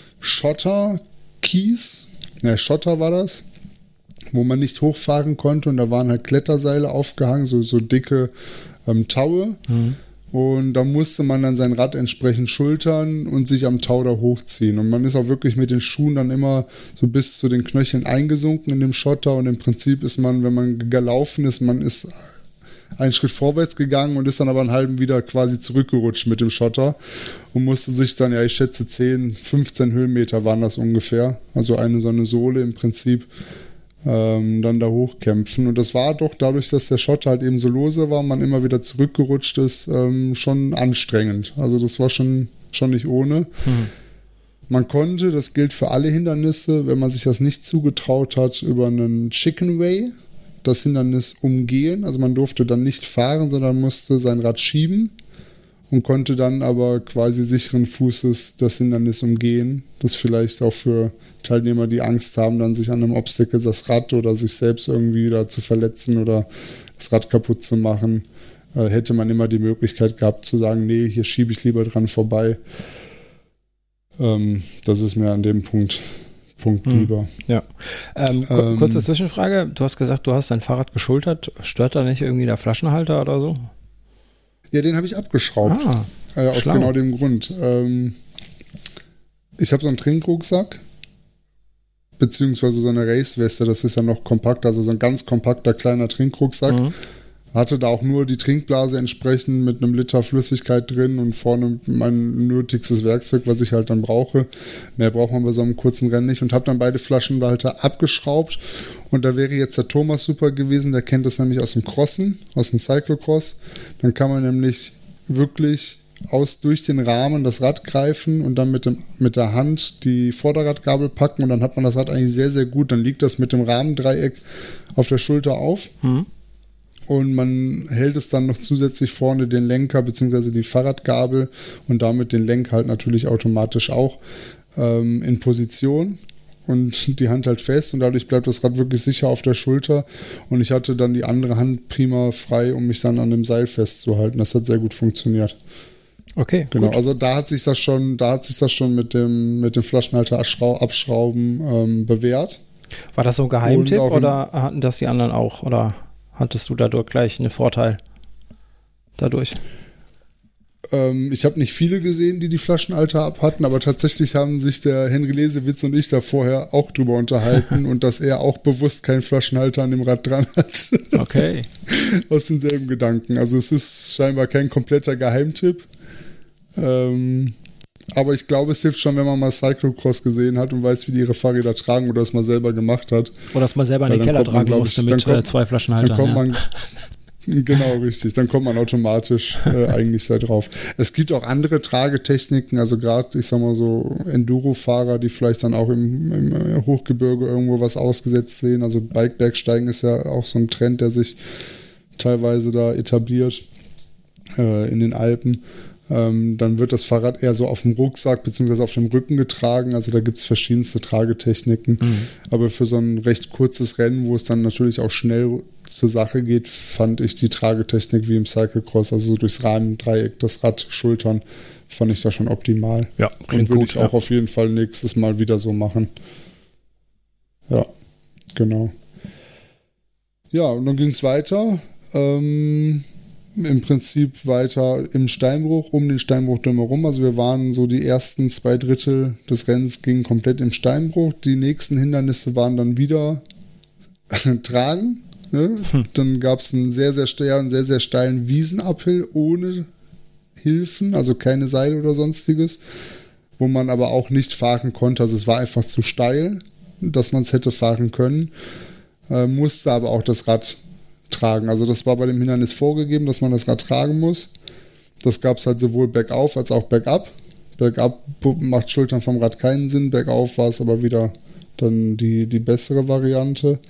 Schotterkies. Ne, Schotter war das, wo man nicht hochfahren konnte und da waren halt Kletterseile aufgehangen, so, so dicke ähm, Taue. Mhm. Und da musste man dann sein Rad entsprechend schultern und sich am Tau da hochziehen. Und man ist auch wirklich mit den Schuhen dann immer so bis zu den Knöcheln eingesunken in dem Schotter. Und im Prinzip ist man, wenn man gelaufen ist, man ist einen Schritt vorwärts gegangen und ist dann aber einen halben wieder quasi zurückgerutscht mit dem Schotter und musste sich dann, ja ich schätze zehn, fünfzehn Höhenmeter waren das ungefähr. Also eine so eine Sohle im Prinzip. Ähm, dann da hochkämpfen. Und das war doch dadurch, dass der Schotter halt eben so lose war, man immer wieder zurückgerutscht ist, ähm, schon anstrengend. Also das war schon, schon nicht ohne. Mhm. Man konnte, das gilt für alle Hindernisse, wenn man sich das nicht zugetraut hat, über einen Chicken Way das Hindernis umgehen. Also man durfte dann nicht fahren, sondern musste sein Rad schieben und konnte dann aber quasi sicheren Fußes das Hindernis umgehen. Das vielleicht auch für Teilnehmer, die Angst haben, dann sich an einem Obstacle das Rad oder sich selbst irgendwie da zu verletzen oder das Rad kaputt zu machen, äh, hätte man immer die Möglichkeit gehabt zu sagen, nee, hier schiebe ich lieber dran vorbei. Ähm, das ist mir an dem Punkt, Punkt hm. lieber. Ja. Ähm, ähm, kurze Zwischenfrage, du hast gesagt, du hast dein Fahrrad geschultert. Stört da nicht irgendwie der Flaschenhalter oder so? Ja, den habe ich abgeschraubt. Ah, äh, aus schlau. Genau dem Grund. Ähm, ich habe so einen Trinkrucksack, beziehungsweise so eine Raceweste, das ist ja noch kompakt, also so ein ganz kompakter kleiner Trinkrucksack. Mhm. Hatte da auch nur die Trinkblase entsprechend mit einem Liter Flüssigkeit drin und vorne mein nötigstes Werkzeug, was ich halt dann brauche. Mehr braucht man bei so einem kurzen Rennen nicht und habe dann beide Flaschenhalter abgeschraubt und da wäre jetzt der Thomas super gewesen, der kennt das nämlich aus dem Crossen, aus dem Cyclocross. Dann kann man nämlich wirklich aus durch den Rahmen das Rad greifen und dann mit, dem, mit der Hand die Vorderradgabel packen und dann hat man das Rad eigentlich sehr, sehr gut. Dann liegt das mit dem Rahmendreieck auf der Schulter auf. Mhm. und man hält es dann noch zusätzlich vorne den Lenker bzw. die Fahrradgabel und damit den Lenker halt natürlich automatisch auch ähm, in Position und die Hand halt fest und dadurch bleibt das Rad wirklich sicher auf der Schulter und ich hatte dann die andere Hand prima frei, um mich dann an dem Seil festzuhalten. Das hat sehr gut funktioniert. Okay, genau. Gut. Also da hat sich das schon, da hat sich das schon mit dem mit dem Flaschenhalter abschrauben ähm, bewährt. War das so ein Geheimtipp oder hatten das die anderen auch? Oder hattest du dadurch gleich einen Vorteil dadurch? Ähm, ich habe nicht viele gesehen, die die Flaschenhalter ab hatten, aber tatsächlich haben sich der Henry Lesewitz und ich da vorher auch drüber unterhalten und dass er auch bewusst keinen Flaschenhalter an dem Rad dran hat. Okay. Aus denselben Gedanken. Also es ist scheinbar kein kompletter Geheimtipp. Ähm, aber ich glaube, es hilft schon, wenn man mal Cyclocross gesehen hat und weiß, wie die ihre Fahrräder tragen oder es mal selber gemacht hat. Oder es mal selber in den Keller tragen man, musste ich, mit kommt, äh, zwei Flaschenhaltern. Dann kommt ja. man Genau, richtig. Dann kommt man automatisch äh, eigentlich da drauf. Es gibt auch andere Tragetechniken, also gerade, ich sag mal so, Enduro-Fahrer, die vielleicht dann auch im, im Hochgebirge irgendwo was ausgesetzt sehen. Also Bikebergsteigen ist ja auch so ein Trend, der sich teilweise da etabliert äh, in den Alpen. Ähm, dann wird das Fahrrad eher so auf dem Rucksack bzw. auf dem Rücken getragen. Also da gibt es verschiedenste Tragetechniken. Mhm. Aber für so ein recht kurzes Rennen, wo es dann natürlich auch schnell zur Sache geht, fand ich die Tragetechnik wie im Cyclocross, also so durchs Rahmendreieck, das Rad, Schultern, fand ich da schon optimal. Ja, und würde ich auch ja. auf jeden Fall nächstes Mal wieder so machen. Ja, genau. Ja, und dann ging es weiter. Ähm, im Prinzip weiter im Steinbruch, um den Steinbruch drumherum. Also wir waren so die ersten zwei Drittel des Rennens gingen komplett im Steinbruch. Die nächsten Hindernisse waren dann wieder Tragen. Ne? Hm. Dann gab es einen sehr, sehr, einen sehr, sehr steilen Wiesenuphill ohne Hilfen, also keine Seile oder sonstiges, wo man aber auch nicht fahren konnte. Also es war einfach zu steil, dass man es hätte fahren können, äh, musste aber auch das Rad tragen. Also das war bei dem Hindernis vorgegeben, dass man das Rad tragen muss. Das gab es halt sowohl bergauf als auch bergab. Bergab macht Schultern vom Rad keinen Sinn, bergauf war es aber wieder dann die, die bessere Variante.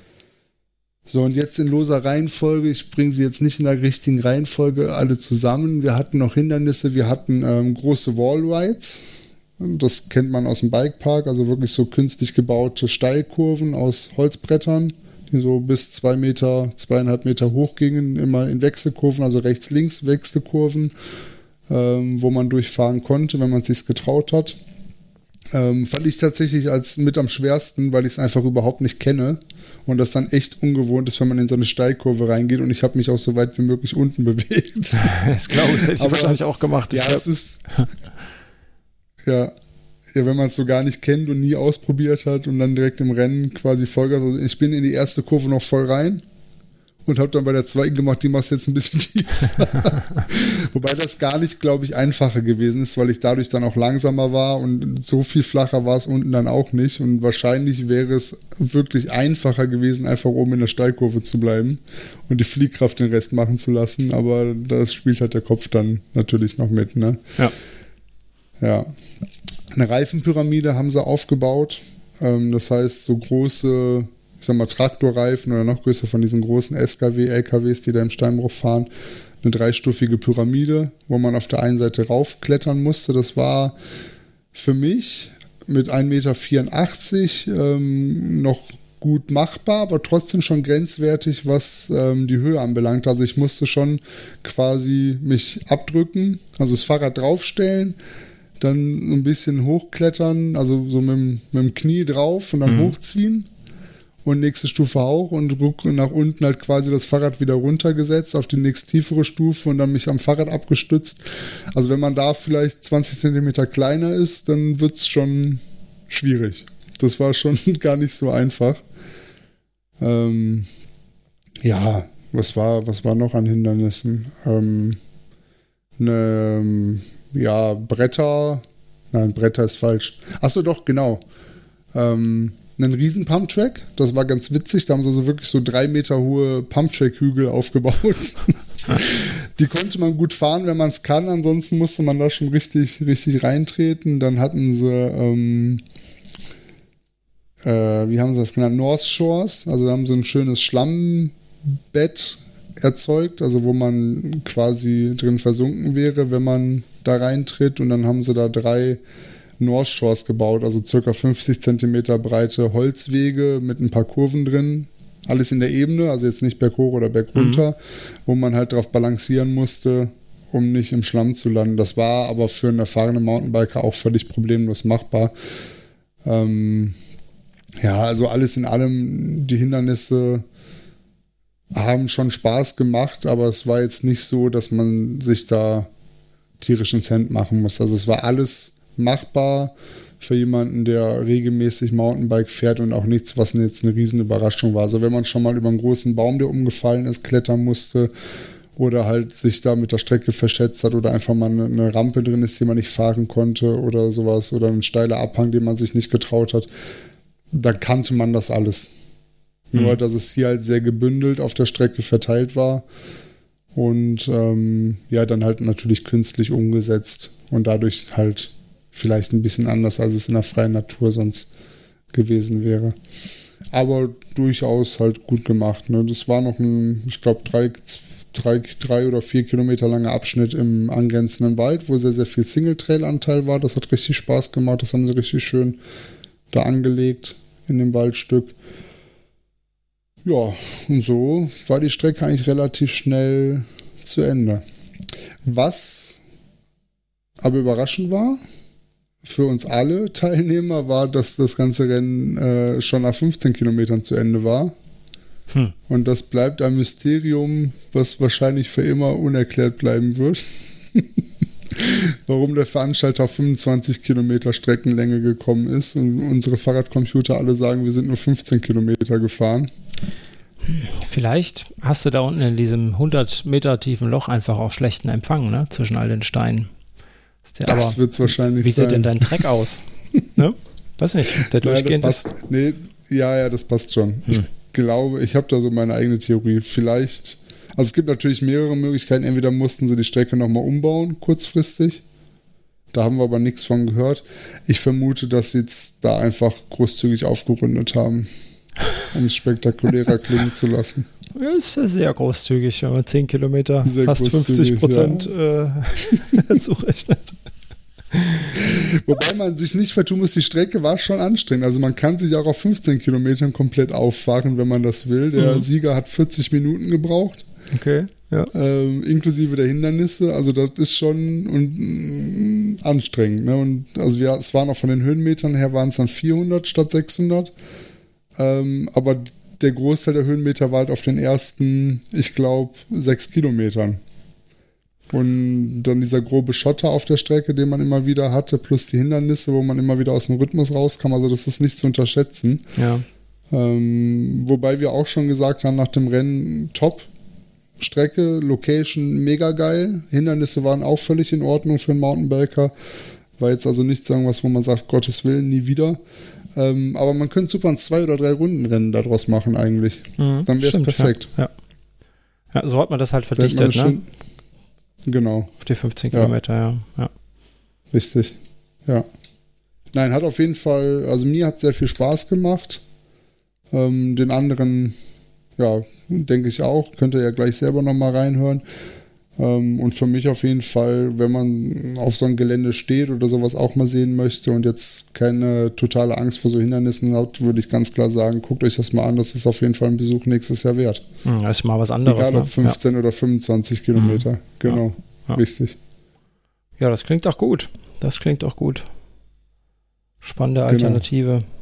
So, und jetzt in loser Reihenfolge, ich bringe sie jetzt nicht in der richtigen Reihenfolge alle zusammen. Wir hatten noch Hindernisse, wir hatten ähm, große Wallrides. Das kennt man aus dem Bikepark, also wirklich so künstlich gebaute Steilkurven aus Holzbrettern, die so bis zwei Meter, zweieinhalb Meter hoch gingen, immer in Wechselkurven, also rechts-links Wechselkurven, ähm, wo man durchfahren konnte, wenn man es sich getraut hat. Ähm, fand ich tatsächlich als mit am schwersten, weil ich es einfach überhaupt nicht kenne. Und das dann echt ungewohnt ist, wenn man in so eine Steilkurve reingeht. Und ich habe mich auch so weit wie möglich unten bewegt. Das glaube ich, hätte ich aber, wahrscheinlich auch gemacht. Ja, es ist. ja, ja, wenn man es so gar nicht kennt und nie ausprobiert hat und dann direkt im Rennen quasi Vollgas. Also ich bin in die erste Kurve noch voll rein und habe dann bei der zweiten gemacht, die machst du jetzt ein bisschen tiefer. Wobei das gar nicht, glaube ich, einfacher gewesen ist, weil ich dadurch dann auch langsamer war und so viel flacher war es unten dann auch nicht. Und wahrscheinlich wäre es wirklich einfacher gewesen, einfach oben in der Steilkurve zu bleiben und die Fliehkraft den Rest machen zu lassen. Aber das spielt halt der Kopf dann natürlich noch mit, ne? Ja. Ja. Eine Reifenpyramide haben sie aufgebaut. Das heißt, so große, ich sag mal, Traktorreifen oder noch größer von diesen großen S K W, L K Ws, die da im Steinbruch fahren, eine dreistufige Pyramide, wo man auf der einen Seite raufklettern musste. Das war für mich mit ein Meter vierundachtzig ähm, noch gut machbar, aber trotzdem schon grenzwertig, was ähm, die Höhe anbelangt. Also ich musste schon quasi mich abdrücken, also das Fahrrad draufstellen, dann ein bisschen hochklettern, also so mit dem, mit dem Knie drauf und dann mhm. hochziehen. Und nächste Stufe auch und nach unten halt quasi das Fahrrad wieder runtergesetzt auf die nächst tiefere Stufe und dann mich am Fahrrad abgestützt. Also wenn man da vielleicht zwanzig Zentimeter kleiner ist, dann wird es schon schwierig. Das war schon gar nicht so einfach. Ähm, ja, was war, was war noch an Hindernissen? Ähm, ne, ja, Bretter. Nein, Bretter ist falsch. Achso, doch, genau. Ähm, einen riesen Pumptrack, das war ganz witzig, da haben sie also wirklich so drei Meter hohe Pumptrack-Hügel aufgebaut. Die konnte man gut fahren, wenn man es kann, ansonsten musste man da schon richtig, richtig reintreten. Dann hatten sie, ähm, äh, wie haben sie das genannt, North Shores, also da haben sie ein schönes Schlammbett erzeugt, also wo man quasi drin versunken wäre, wenn man da reintritt. Und dann haben sie da drei North Shores gebaut, also circa fünfzig Zentimeter breite Holzwege mit ein paar Kurven drin. Alles in der Ebene, also jetzt nicht berghoch oder bergunter, mhm. wo man halt drauf balancieren musste, um nicht im Schlamm zu landen. Das war aber für einen erfahrenen Mountainbiker auch völlig problemlos machbar. Ähm, ja, also alles in allem, die Hindernisse haben schon Spaß gemacht, aber es war jetzt nicht so, dass man sich da tierischen Cent machen muss. Also es war alles machbar für jemanden, der regelmäßig Mountainbike fährt und auch nichts, was jetzt eine riesen Überraschung war. Also wenn man schon mal über einen großen Baum, der umgefallen ist, klettern musste oder halt sich da mit der Strecke verschätzt hat oder einfach mal eine, eine Rampe drin ist, die man nicht fahren konnte oder sowas oder ein steiler Abhang, den man sich nicht getraut hat, dann kannte man das alles. Mhm. Nur, dass es hier halt sehr gebündelt auf der Strecke verteilt war und ähm, ja, dann halt natürlich künstlich umgesetzt und dadurch halt vielleicht ein bisschen anders, als es in der freien Natur sonst gewesen wäre. Aber durchaus halt gut gemacht. Ne? Das war noch ein, ich glaube, drei, drei, drei oder vier Kilometer langer Abschnitt im angrenzenden Wald, wo sehr, sehr viel Single-Trail-Anteil war. Das hat richtig Spaß gemacht. Das haben sie richtig schön da angelegt in dem Waldstück. Ja, und so war die Strecke eigentlich relativ schnell zu Ende. Was aber überraschend war, für uns alle Teilnehmer war, dass das ganze Rennen äh, schon nach fünfzehn Kilometern zu Ende war. Hm. Und das bleibt ein Mysterium, was wahrscheinlich für immer unerklärt bleiben wird. Warum der Veranstalter auf fünfundzwanzig Kilometer Streckenlänge gekommen ist und unsere Fahrradcomputer alle sagen, wir sind nur fünfzehn Kilometer gefahren. Vielleicht hast du da unten in diesem hundert Meter tiefen Loch einfach auch schlechten Empfang, ne? Zwischen all den Steinen. Das wird es wahrscheinlich wie sein. Wie sieht denn dein Track aus? Ne? Weiß nicht, der durchgehend ist. Nee, ja, ja, das passt schon. Hm. Ich glaube, ich habe da so meine eigene Theorie. Vielleicht, also es gibt natürlich mehrere Möglichkeiten. Entweder mussten sie die Strecke nochmal umbauen, kurzfristig. Da haben wir aber nichts von gehört. Ich vermute, dass sie jetzt da einfach großzügig aufgerundet haben, um es spektakulärer klingen zu lassen. Das ist sehr großzügig, wenn man zehn Kilometer sehr fast fünfzig Prozent ja. äh, dazu rechnet. Wobei man sich nicht vertun muss, die Strecke war schon anstrengend. Also man kann sich auch auf fünfzehn Kilometern komplett auffahren, wenn man das will. Der mhm. Sieger hat vierzig Minuten gebraucht. Okay, ja. Ähm, inklusive der Hindernisse. Also das ist schon und, mh, anstrengend. Ne? Und also wir, es waren auch von den Höhenmetern her, waren es dann vierhundert statt sechshundert. Ähm, aber der Großteil der Höhenmeter war halt auf den ersten, ich glaube, sechs Kilometern. Und dann dieser grobe Schotter auf der Strecke, den man immer wieder hatte, plus die Hindernisse, wo man immer wieder aus dem Rhythmus rauskam. Also das ist nicht zu unterschätzen. Ja. Ähm, wobei wir auch schon gesagt haben, nach dem Rennen top. Strecke, Location mega geil. Hindernisse waren auch völlig in Ordnung für einen Mountainbiker. War jetzt also nichts irgendwas, wo man sagt, Gottes Willen, nie wieder. Ähm, aber man könnte super ein zwei oder drei Rundenrennen daraus machen eigentlich. Mhm, dann wäre es perfekt. Ja. Ja. ja, so hat man das halt verdichtet, ne? Schön, genau. Auf die fünfzehn Kilometer, ja. ja. Richtig, ja. Nein, hat auf jeden Fall, also mir hat sehr viel Spaß gemacht. Ähm, den anderen, ja, denke ich auch. Könnt ihr ja gleich selber nochmal reinhören. Ähm, und für mich auf jeden Fall, wenn man auf so ein Gelände steht oder sowas auch mal sehen möchte und jetzt keine totale Angst vor so Hindernissen hat, würde ich ganz klar sagen, guckt euch das mal an, das ist auf jeden Fall ein Besuch nächstes Jahr wert. Hm, das ist mal was anderes. Egal ob fünfzehn ne? oder fünfundzwanzig Kilometer, mhm. genau, ja. Ja. richtig. Ja, das klingt auch gut. Das klingt auch gut. Spannende Alternative. Genau.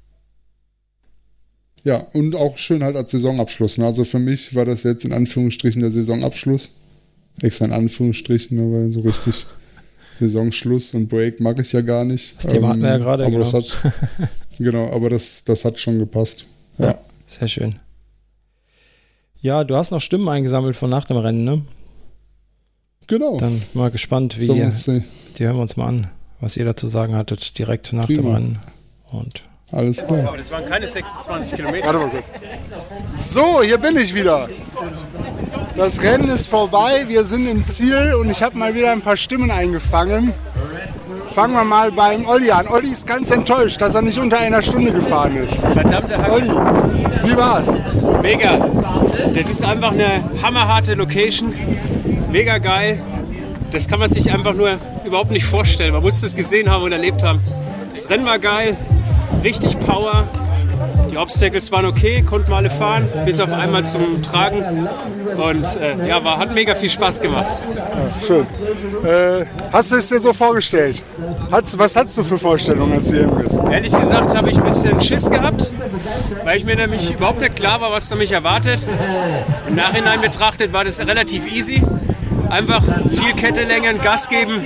Ja, und auch schön halt als Saisonabschluss. Ne? Also für mich war das jetzt in Anführungsstrichen der Saisonabschluss. Extra in Anführungsstrichen, ne? Weil so richtig Saisonschluss und Break mag ich ja gar nicht. Das Thema ähm, hatten wir ja gerade. Aber genau. das hat, genau, aber das, das hat schon gepasst. Ja. ja, sehr schön. Ja, du hast noch Stimmen eingesammelt von nach dem Rennen, ne? Genau. Dann mal gespannt, wie, so, die hören wir uns mal an, was ihr dazu sagen hattet, direkt nach Prima. dem Rennen. Und alles klar. Aber das waren keine sechsundzwanzig Kilometer. Warte mal kurz. So, hier bin ich wieder. Das Rennen ist vorbei, wir sind im Ziel und ich habe mal wieder ein paar Stimmen eingefangen fangen wir mal beim Olli an. Olli ist ganz enttäuscht, dass er nicht unter einer Stunde gefahren ist. Verdammte Hacke. Olli, wie war's? Mega. Das ist einfach eine hammerharte Location. Mega geil. Das kann man sich einfach nur überhaupt nicht vorstellen. Man muss das gesehen haben und erlebt haben. Das Rennen war geil. Richtig Power. Die Obstacles waren okay, konnten wir alle fahren, bis auf einmal zum Tragen. Und äh, ja, war, hat mega viel Spaß gemacht. Ja, schön. Äh, hast du es dir so vorgestellt? Hat's, was hast du für Vorstellungen, als du hier bist? Ehrlich gesagt habe ich ein bisschen Schiss gehabt, weil ich mir nämlich überhaupt nicht klar war, was da mich erwartet. Im Nachhinein betrachtet war das relativ easy. Einfach viel Kettelängen, Gas geben.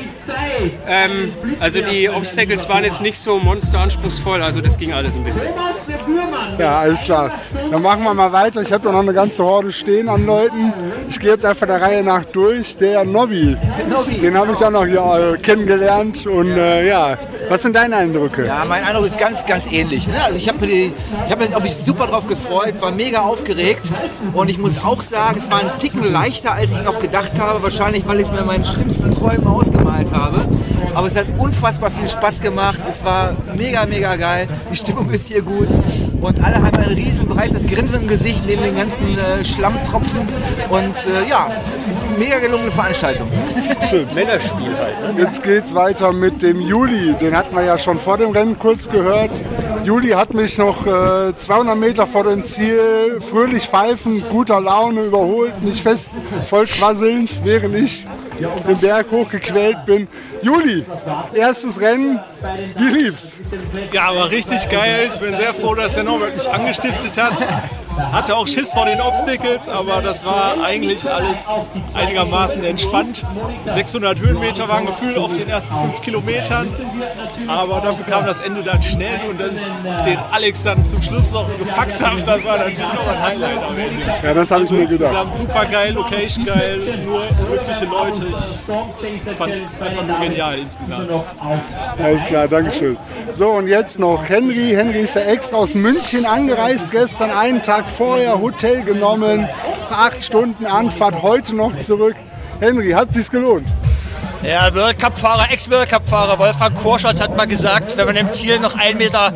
Ähm, also die Obstacles waren jetzt nicht so monsteranspruchsvoll, also das ging alles ein bisschen. Ja, alles klar. Dann machen wir mal weiter. Ich habe ja noch eine ganze Horde stehen an Leuten. Ich gehe jetzt einfach der Reihe nach durch. Der Nobby, den habe ich auch noch hier äh, kennengelernt. Und äh, ja, was sind deine Eindrücke? Ja, mein Eindruck ist ganz, ganz ähnlich. Ne? Also ich habe mich hab mich super drauf gefreut, war mega aufgeregt. Und ich muss auch sagen, es war ein Ticken leichter, als ich noch gedacht habe. Wahrscheinlich, weil ich es mir in meinen schlimmsten Träumen ausgemalt habe. Aber es hat unfassbar viel Spaß gemacht. Es war mega, mega geil. Die Stimmung ist hier gut. Und alle haben ein riesen breites Grinsen im Gesicht neben den ganzen äh, Schlammtropfen. Und äh, ja, mega gelungene Veranstaltung. Schön. Männerspiel halt. Ne? Jetzt geht's weiter mit dem Juli. Den hatten wir ja schon vor dem Rennen kurz gehört. Juli hat mich noch äh, zweihundert Meter vor dem Ziel fröhlich pfeifend, guter Laune überholt, nicht fest, voll quasselnd, während ich den Berg hochgequält bin. Juli, erstes Rennen, wie lief's? Ja, war richtig geil. Ich bin sehr froh, dass der Norbert mich angestiftet hat. Hatte auch Schiss vor den Obstacles, aber das war eigentlich alles einigermaßen entspannt. sechshundert Höhenmeter waren gefühlt auf den ersten fünf Kilometern. Aber dafür kam das Ende dann schnell und dass ich den Alex dann zum Schluss noch gepackt habe, das war natürlich noch ein Highlight am Ende. Ja, das habe ich mir gedacht. Insgesamt super geil, Location geil, nur glückliche Leute. Ich fand es einfach nur genial insgesamt. Alles klar, Dankeschön. So, und jetzt noch Henry. Henry ist ja extra aus München angereist, gestern einen Tag vorher Hotel genommen, acht Stunden Anfahrt, heute noch zurück. Henry, hat es sich gelohnt? Ja, World Cup-Fahrer, Ex-World Cup-Fahrer Wolfgang Korschatz hat mal gesagt, wenn man im Ziel noch einen Meter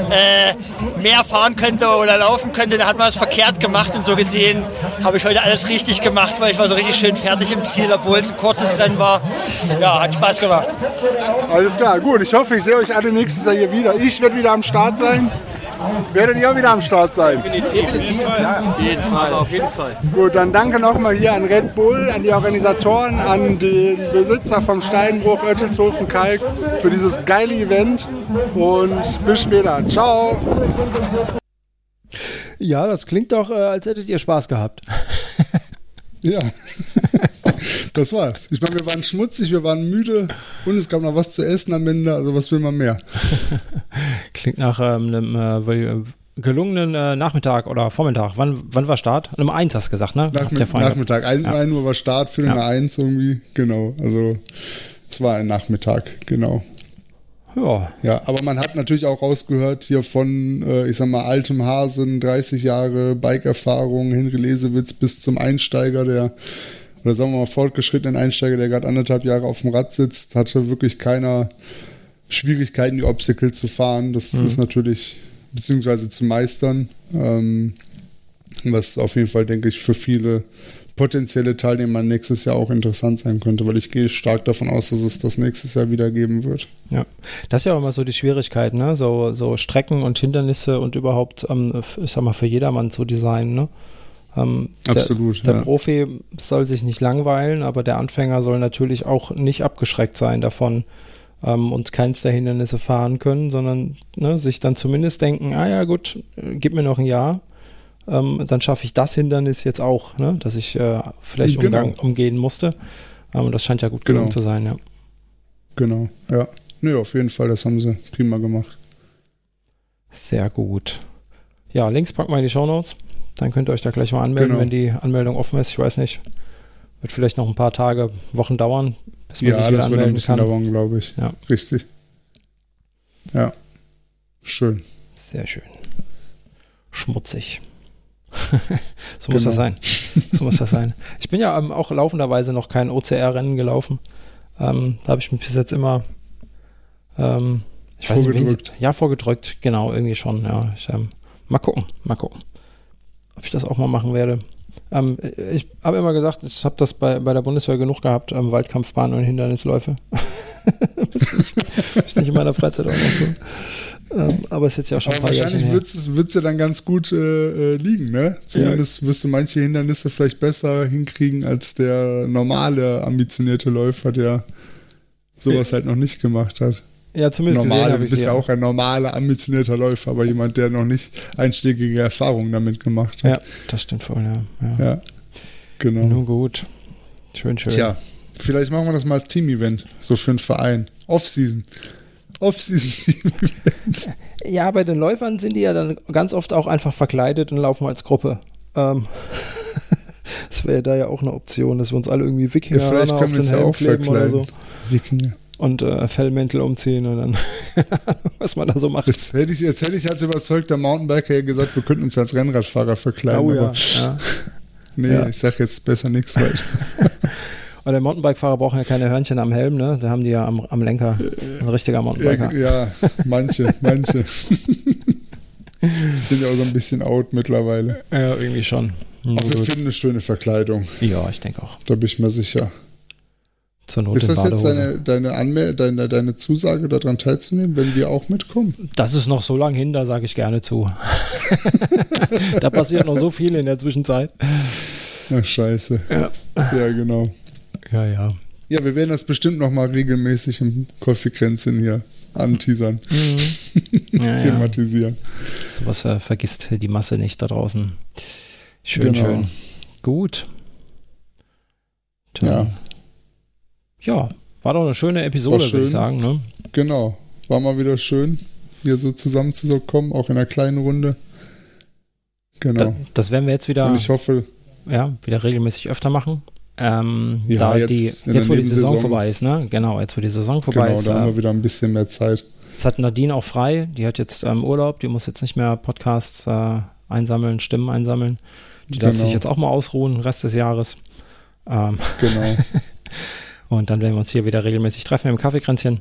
äh, mehr fahren könnte oder laufen könnte, dann hat man es verkehrt gemacht. Und so gesehen habe ich heute alles richtig gemacht, weil ich war so richtig schön fertig im Ziel, obwohl es ein kurzes Rennen war. Ja, hat Spaß gemacht. Alles klar, gut. Ich hoffe, ich sehe euch alle nächstes Jahr hier wieder. Ich werde wieder am Start sein. Werdet ihr auch wieder am Start sein? Definitiv, ja, auf jeden Fall. Auf jeden Fall. Gut, dann danke nochmal hier an Red Bull, an die Organisatoren, an den Besitzer vom Steinbruch, Oettelshofen-Kalk für dieses geile Event und bis später. Ciao! Ja, das klingt doch, äh, als hättet ihr Spaß gehabt. Ja, das war's. Ich meine, wir waren schmutzig, wir waren müde und es gab noch was zu essen am Ende, also was will man mehr? Klingt nach ähm, einem äh, gelungenen äh, Nachmittag oder Vormittag. Wann, wann war Start? Um eins hast du gesagt, ne? Nachmi- Nachmittag, ein, ja. ein Uhr war Start, für eine eins irgendwie, genau. Also es war ein Nachmittag, genau. Ja. Ja, aber man hat natürlich auch rausgehört hier von, äh, ich sag mal, altem Hasen, dreißig Jahre Bike-Erfahrung, Henry Lesewitz bis zum Einsteiger, der, oder sagen wir mal fortgeschrittenen Einsteiger, der gerade anderthalb Jahre auf dem Rad sitzt, hatte wirklich keiner Schwierigkeiten, die Obstacles zu fahren. Das mhm. ist natürlich, beziehungsweise zu meistern, ähm, was auf jeden Fall, denke ich, für viele potenzielle Teilnehmer nächstes Jahr auch interessant sein könnte, weil ich gehe stark davon aus, dass es das nächstes Jahr wieder geben wird. Ja, das ist ja auch immer so die Schwierigkeit, ne? So, so Strecken und Hindernisse und überhaupt, ähm, ich sag mal, für jedermann zu designen, ne? Ähm, Absolut. Der, der ja. Profi soll sich nicht langweilen, aber der Anfänger soll natürlich auch nicht abgeschreckt sein davon, ähm, und keins der Hindernisse fahren können, sondern ne, sich dann zumindest denken, ah ja gut, gib mir noch ein Jahr. Ähm, dann schaffe ich das Hindernis jetzt auch, ne? Dass ich äh, vielleicht genau. umgang, umgehen musste. Ähm, das scheint ja gut gelungen genau. zu sein, ja. Genau, ja. Nö, auf jeden Fall, das haben sie prima gemacht. Sehr gut. Ja, Links packen wir in die Shownotes. Dann könnt ihr euch da gleich mal anmelden, genau. wenn die Anmeldung offen ist. Ich weiß nicht, wird vielleicht noch ein paar Tage, Wochen dauern, bis man ja, sich wieder das wird ein bisschen kann. dauern, glaube ich. Ja. Richtig. Ja, schön. Sehr schön. Schmutzig. so muss genau. das sein. So muss das sein. Ich bin ja ähm, auch laufenderweise noch kein O C R-Rennen gelaufen. Ähm, da habe ich mich bis jetzt immer Ähm, ich weiß nicht, ja, vorgedrückt, genau, irgendwie schon, ja. Ich, ähm, mal gucken, mal gucken, ob ich das auch mal machen werde. Ähm, ich habe immer gesagt, ich habe das bei, bei der Bundeswehr genug gehabt, ähm, Waldkampfbahn und Hindernisläufe. das ist nicht in meiner Freizeit auch noch tun. Ähm, aber es ist jetzt ja auch schon ein aber paar Jahre her. wahrscheinlich wird es ja dann ganz gut äh, liegen, ne? Zumindest ja. wirst du manche Hindernisse vielleicht besser hinkriegen als der normale, ambitionierte Läufer, der sowas ja. halt noch nicht gemacht hat. Ja, zumindest Normale, gesehen du bist ja auch ein normaler, ambitionierter Läufer, aber jemand, der noch nicht einschlägige Erfahrungen damit gemacht hat. Ja, das stimmt voll, ja. Ja, ja genau. Nun gut. Schön, schön. Tja, vielleicht machen wir das mal als Team-Event, so für einen Verein. Off-Season. Off-Season-Team-Event. Ja, bei den Läufern sind die ja dann ganz oft auch einfach verkleidet und laufen als Gruppe. Ähm, das wäre da ja auch eine Option, dass wir uns alle irgendwie Wikinger ja, vielleicht können auf den Helm kleben oder so. Wikinger. Und äh, Fellmäntel umziehen und dann was man da so macht. Jetzt hätte ich, jetzt hätte ich als überzeugter Mountainbiker gesagt, wir könnten uns als Rennradfahrer verkleiden. Oh, ja, aber ja. nee, ja. ich sag jetzt besser nichts weiter. Und der Mountainbike-Fahrer brauchen ja keine Hörnchen am Helm, ne? Da haben die ja am, am Lenker ein richtiger Mountainbiker. Ja, ja manche, manche. Sind ja auch so ein bisschen out mittlerweile. Ja, irgendwie schon. Aber wir finden eine schöne Verkleidung. Ja, ich denke auch. Da bin ich mir sicher. Zur Not ist das jetzt deine, deine, Anmel- deine, deine Zusage, daran teilzunehmen, wenn wir auch mitkommen? Das ist noch so lang hin, da sage ich gerne zu. Da passiert noch so viel in der Zwischenzeit. Ach, scheiße. Ja, ja genau. Ja, ja. Ja, wir werden das bestimmt noch mal regelmäßig im Coffee-Kränzchen hier anteasern. Mhm. Ja, thematisieren. Ja. Sowas äh, vergisst die Masse nicht da draußen. Schön, genau. schön. Gut. Dann, ja. Ja, war doch eine schöne Episode, würde ich sagen. Ne? Genau. War mal wieder schön, hier so zusammenzukommen, auch in einer kleinen Runde. Genau. Da, das werden wir jetzt wieder, Und ich hoffe, ja, wieder regelmäßig öfter machen. Ähm, ja, da jetzt, die, jetzt wo die Saison vorbei ist, ne? Genau, jetzt wo die Saison vorbei genau, ist. Genau, da äh, haben wir wieder ein bisschen mehr Zeit. Jetzt hat Nadine auch frei, die hat jetzt ähm, Urlaub, die muss jetzt nicht mehr Podcasts äh, einsammeln, Stimmen einsammeln. Die darf genau. sich jetzt auch mal ausruhen, den Rest des Jahres. Ähm, genau. Und dann werden wir uns hier wieder regelmäßig treffen im Kaffeekränzchen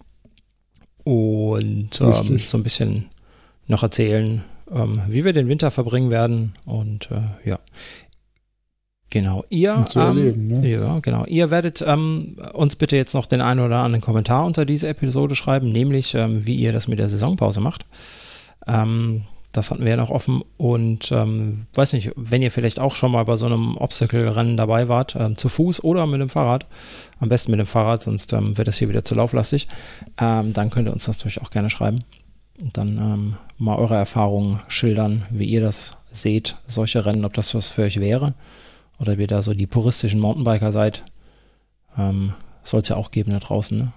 und ähm, so ein bisschen noch erzählen, ähm, wie wir den Winter verbringen werden. Und äh, ja, genau. Ihr, zu ähm, erleben, ne? ja, genau. Ihr werdet ähm, uns bitte jetzt noch den einen oder anderen Kommentar unter diese Episode schreiben, nämlich ähm, wie ihr das mit der Saisonpause macht. Ähm, Das hatten wir ja noch offen und ähm, weiß nicht, wenn ihr vielleicht auch schon mal bei so einem Obstacle-Rennen dabei wart, ähm, zu Fuß oder mit dem Fahrrad, am besten mit dem Fahrrad, sonst ähm, wird das hier wieder zu lauflastig, ähm, dann könnt ihr uns das natürlich auch gerne schreiben und dann ähm, mal eure Erfahrungen schildern, wie ihr das seht, solche Rennen, ob das was für euch wäre oder wie ihr da so die puristischen Mountainbiker seid. Ähm, soll es ja auch geben da draußen, ne?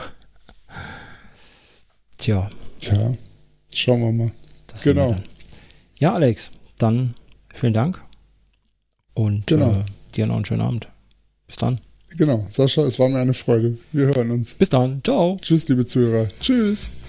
Tja. Tja, schauen wir mal. Genau. Ja, Alex, dann vielen Dank und genau. äh, dir noch einen schönen Abend. Bis dann. Genau, Sascha, es war mir eine Freude. Wir hören uns. Bis dann. Ciao. Tschüss, liebe Zuhörer. Tschüss.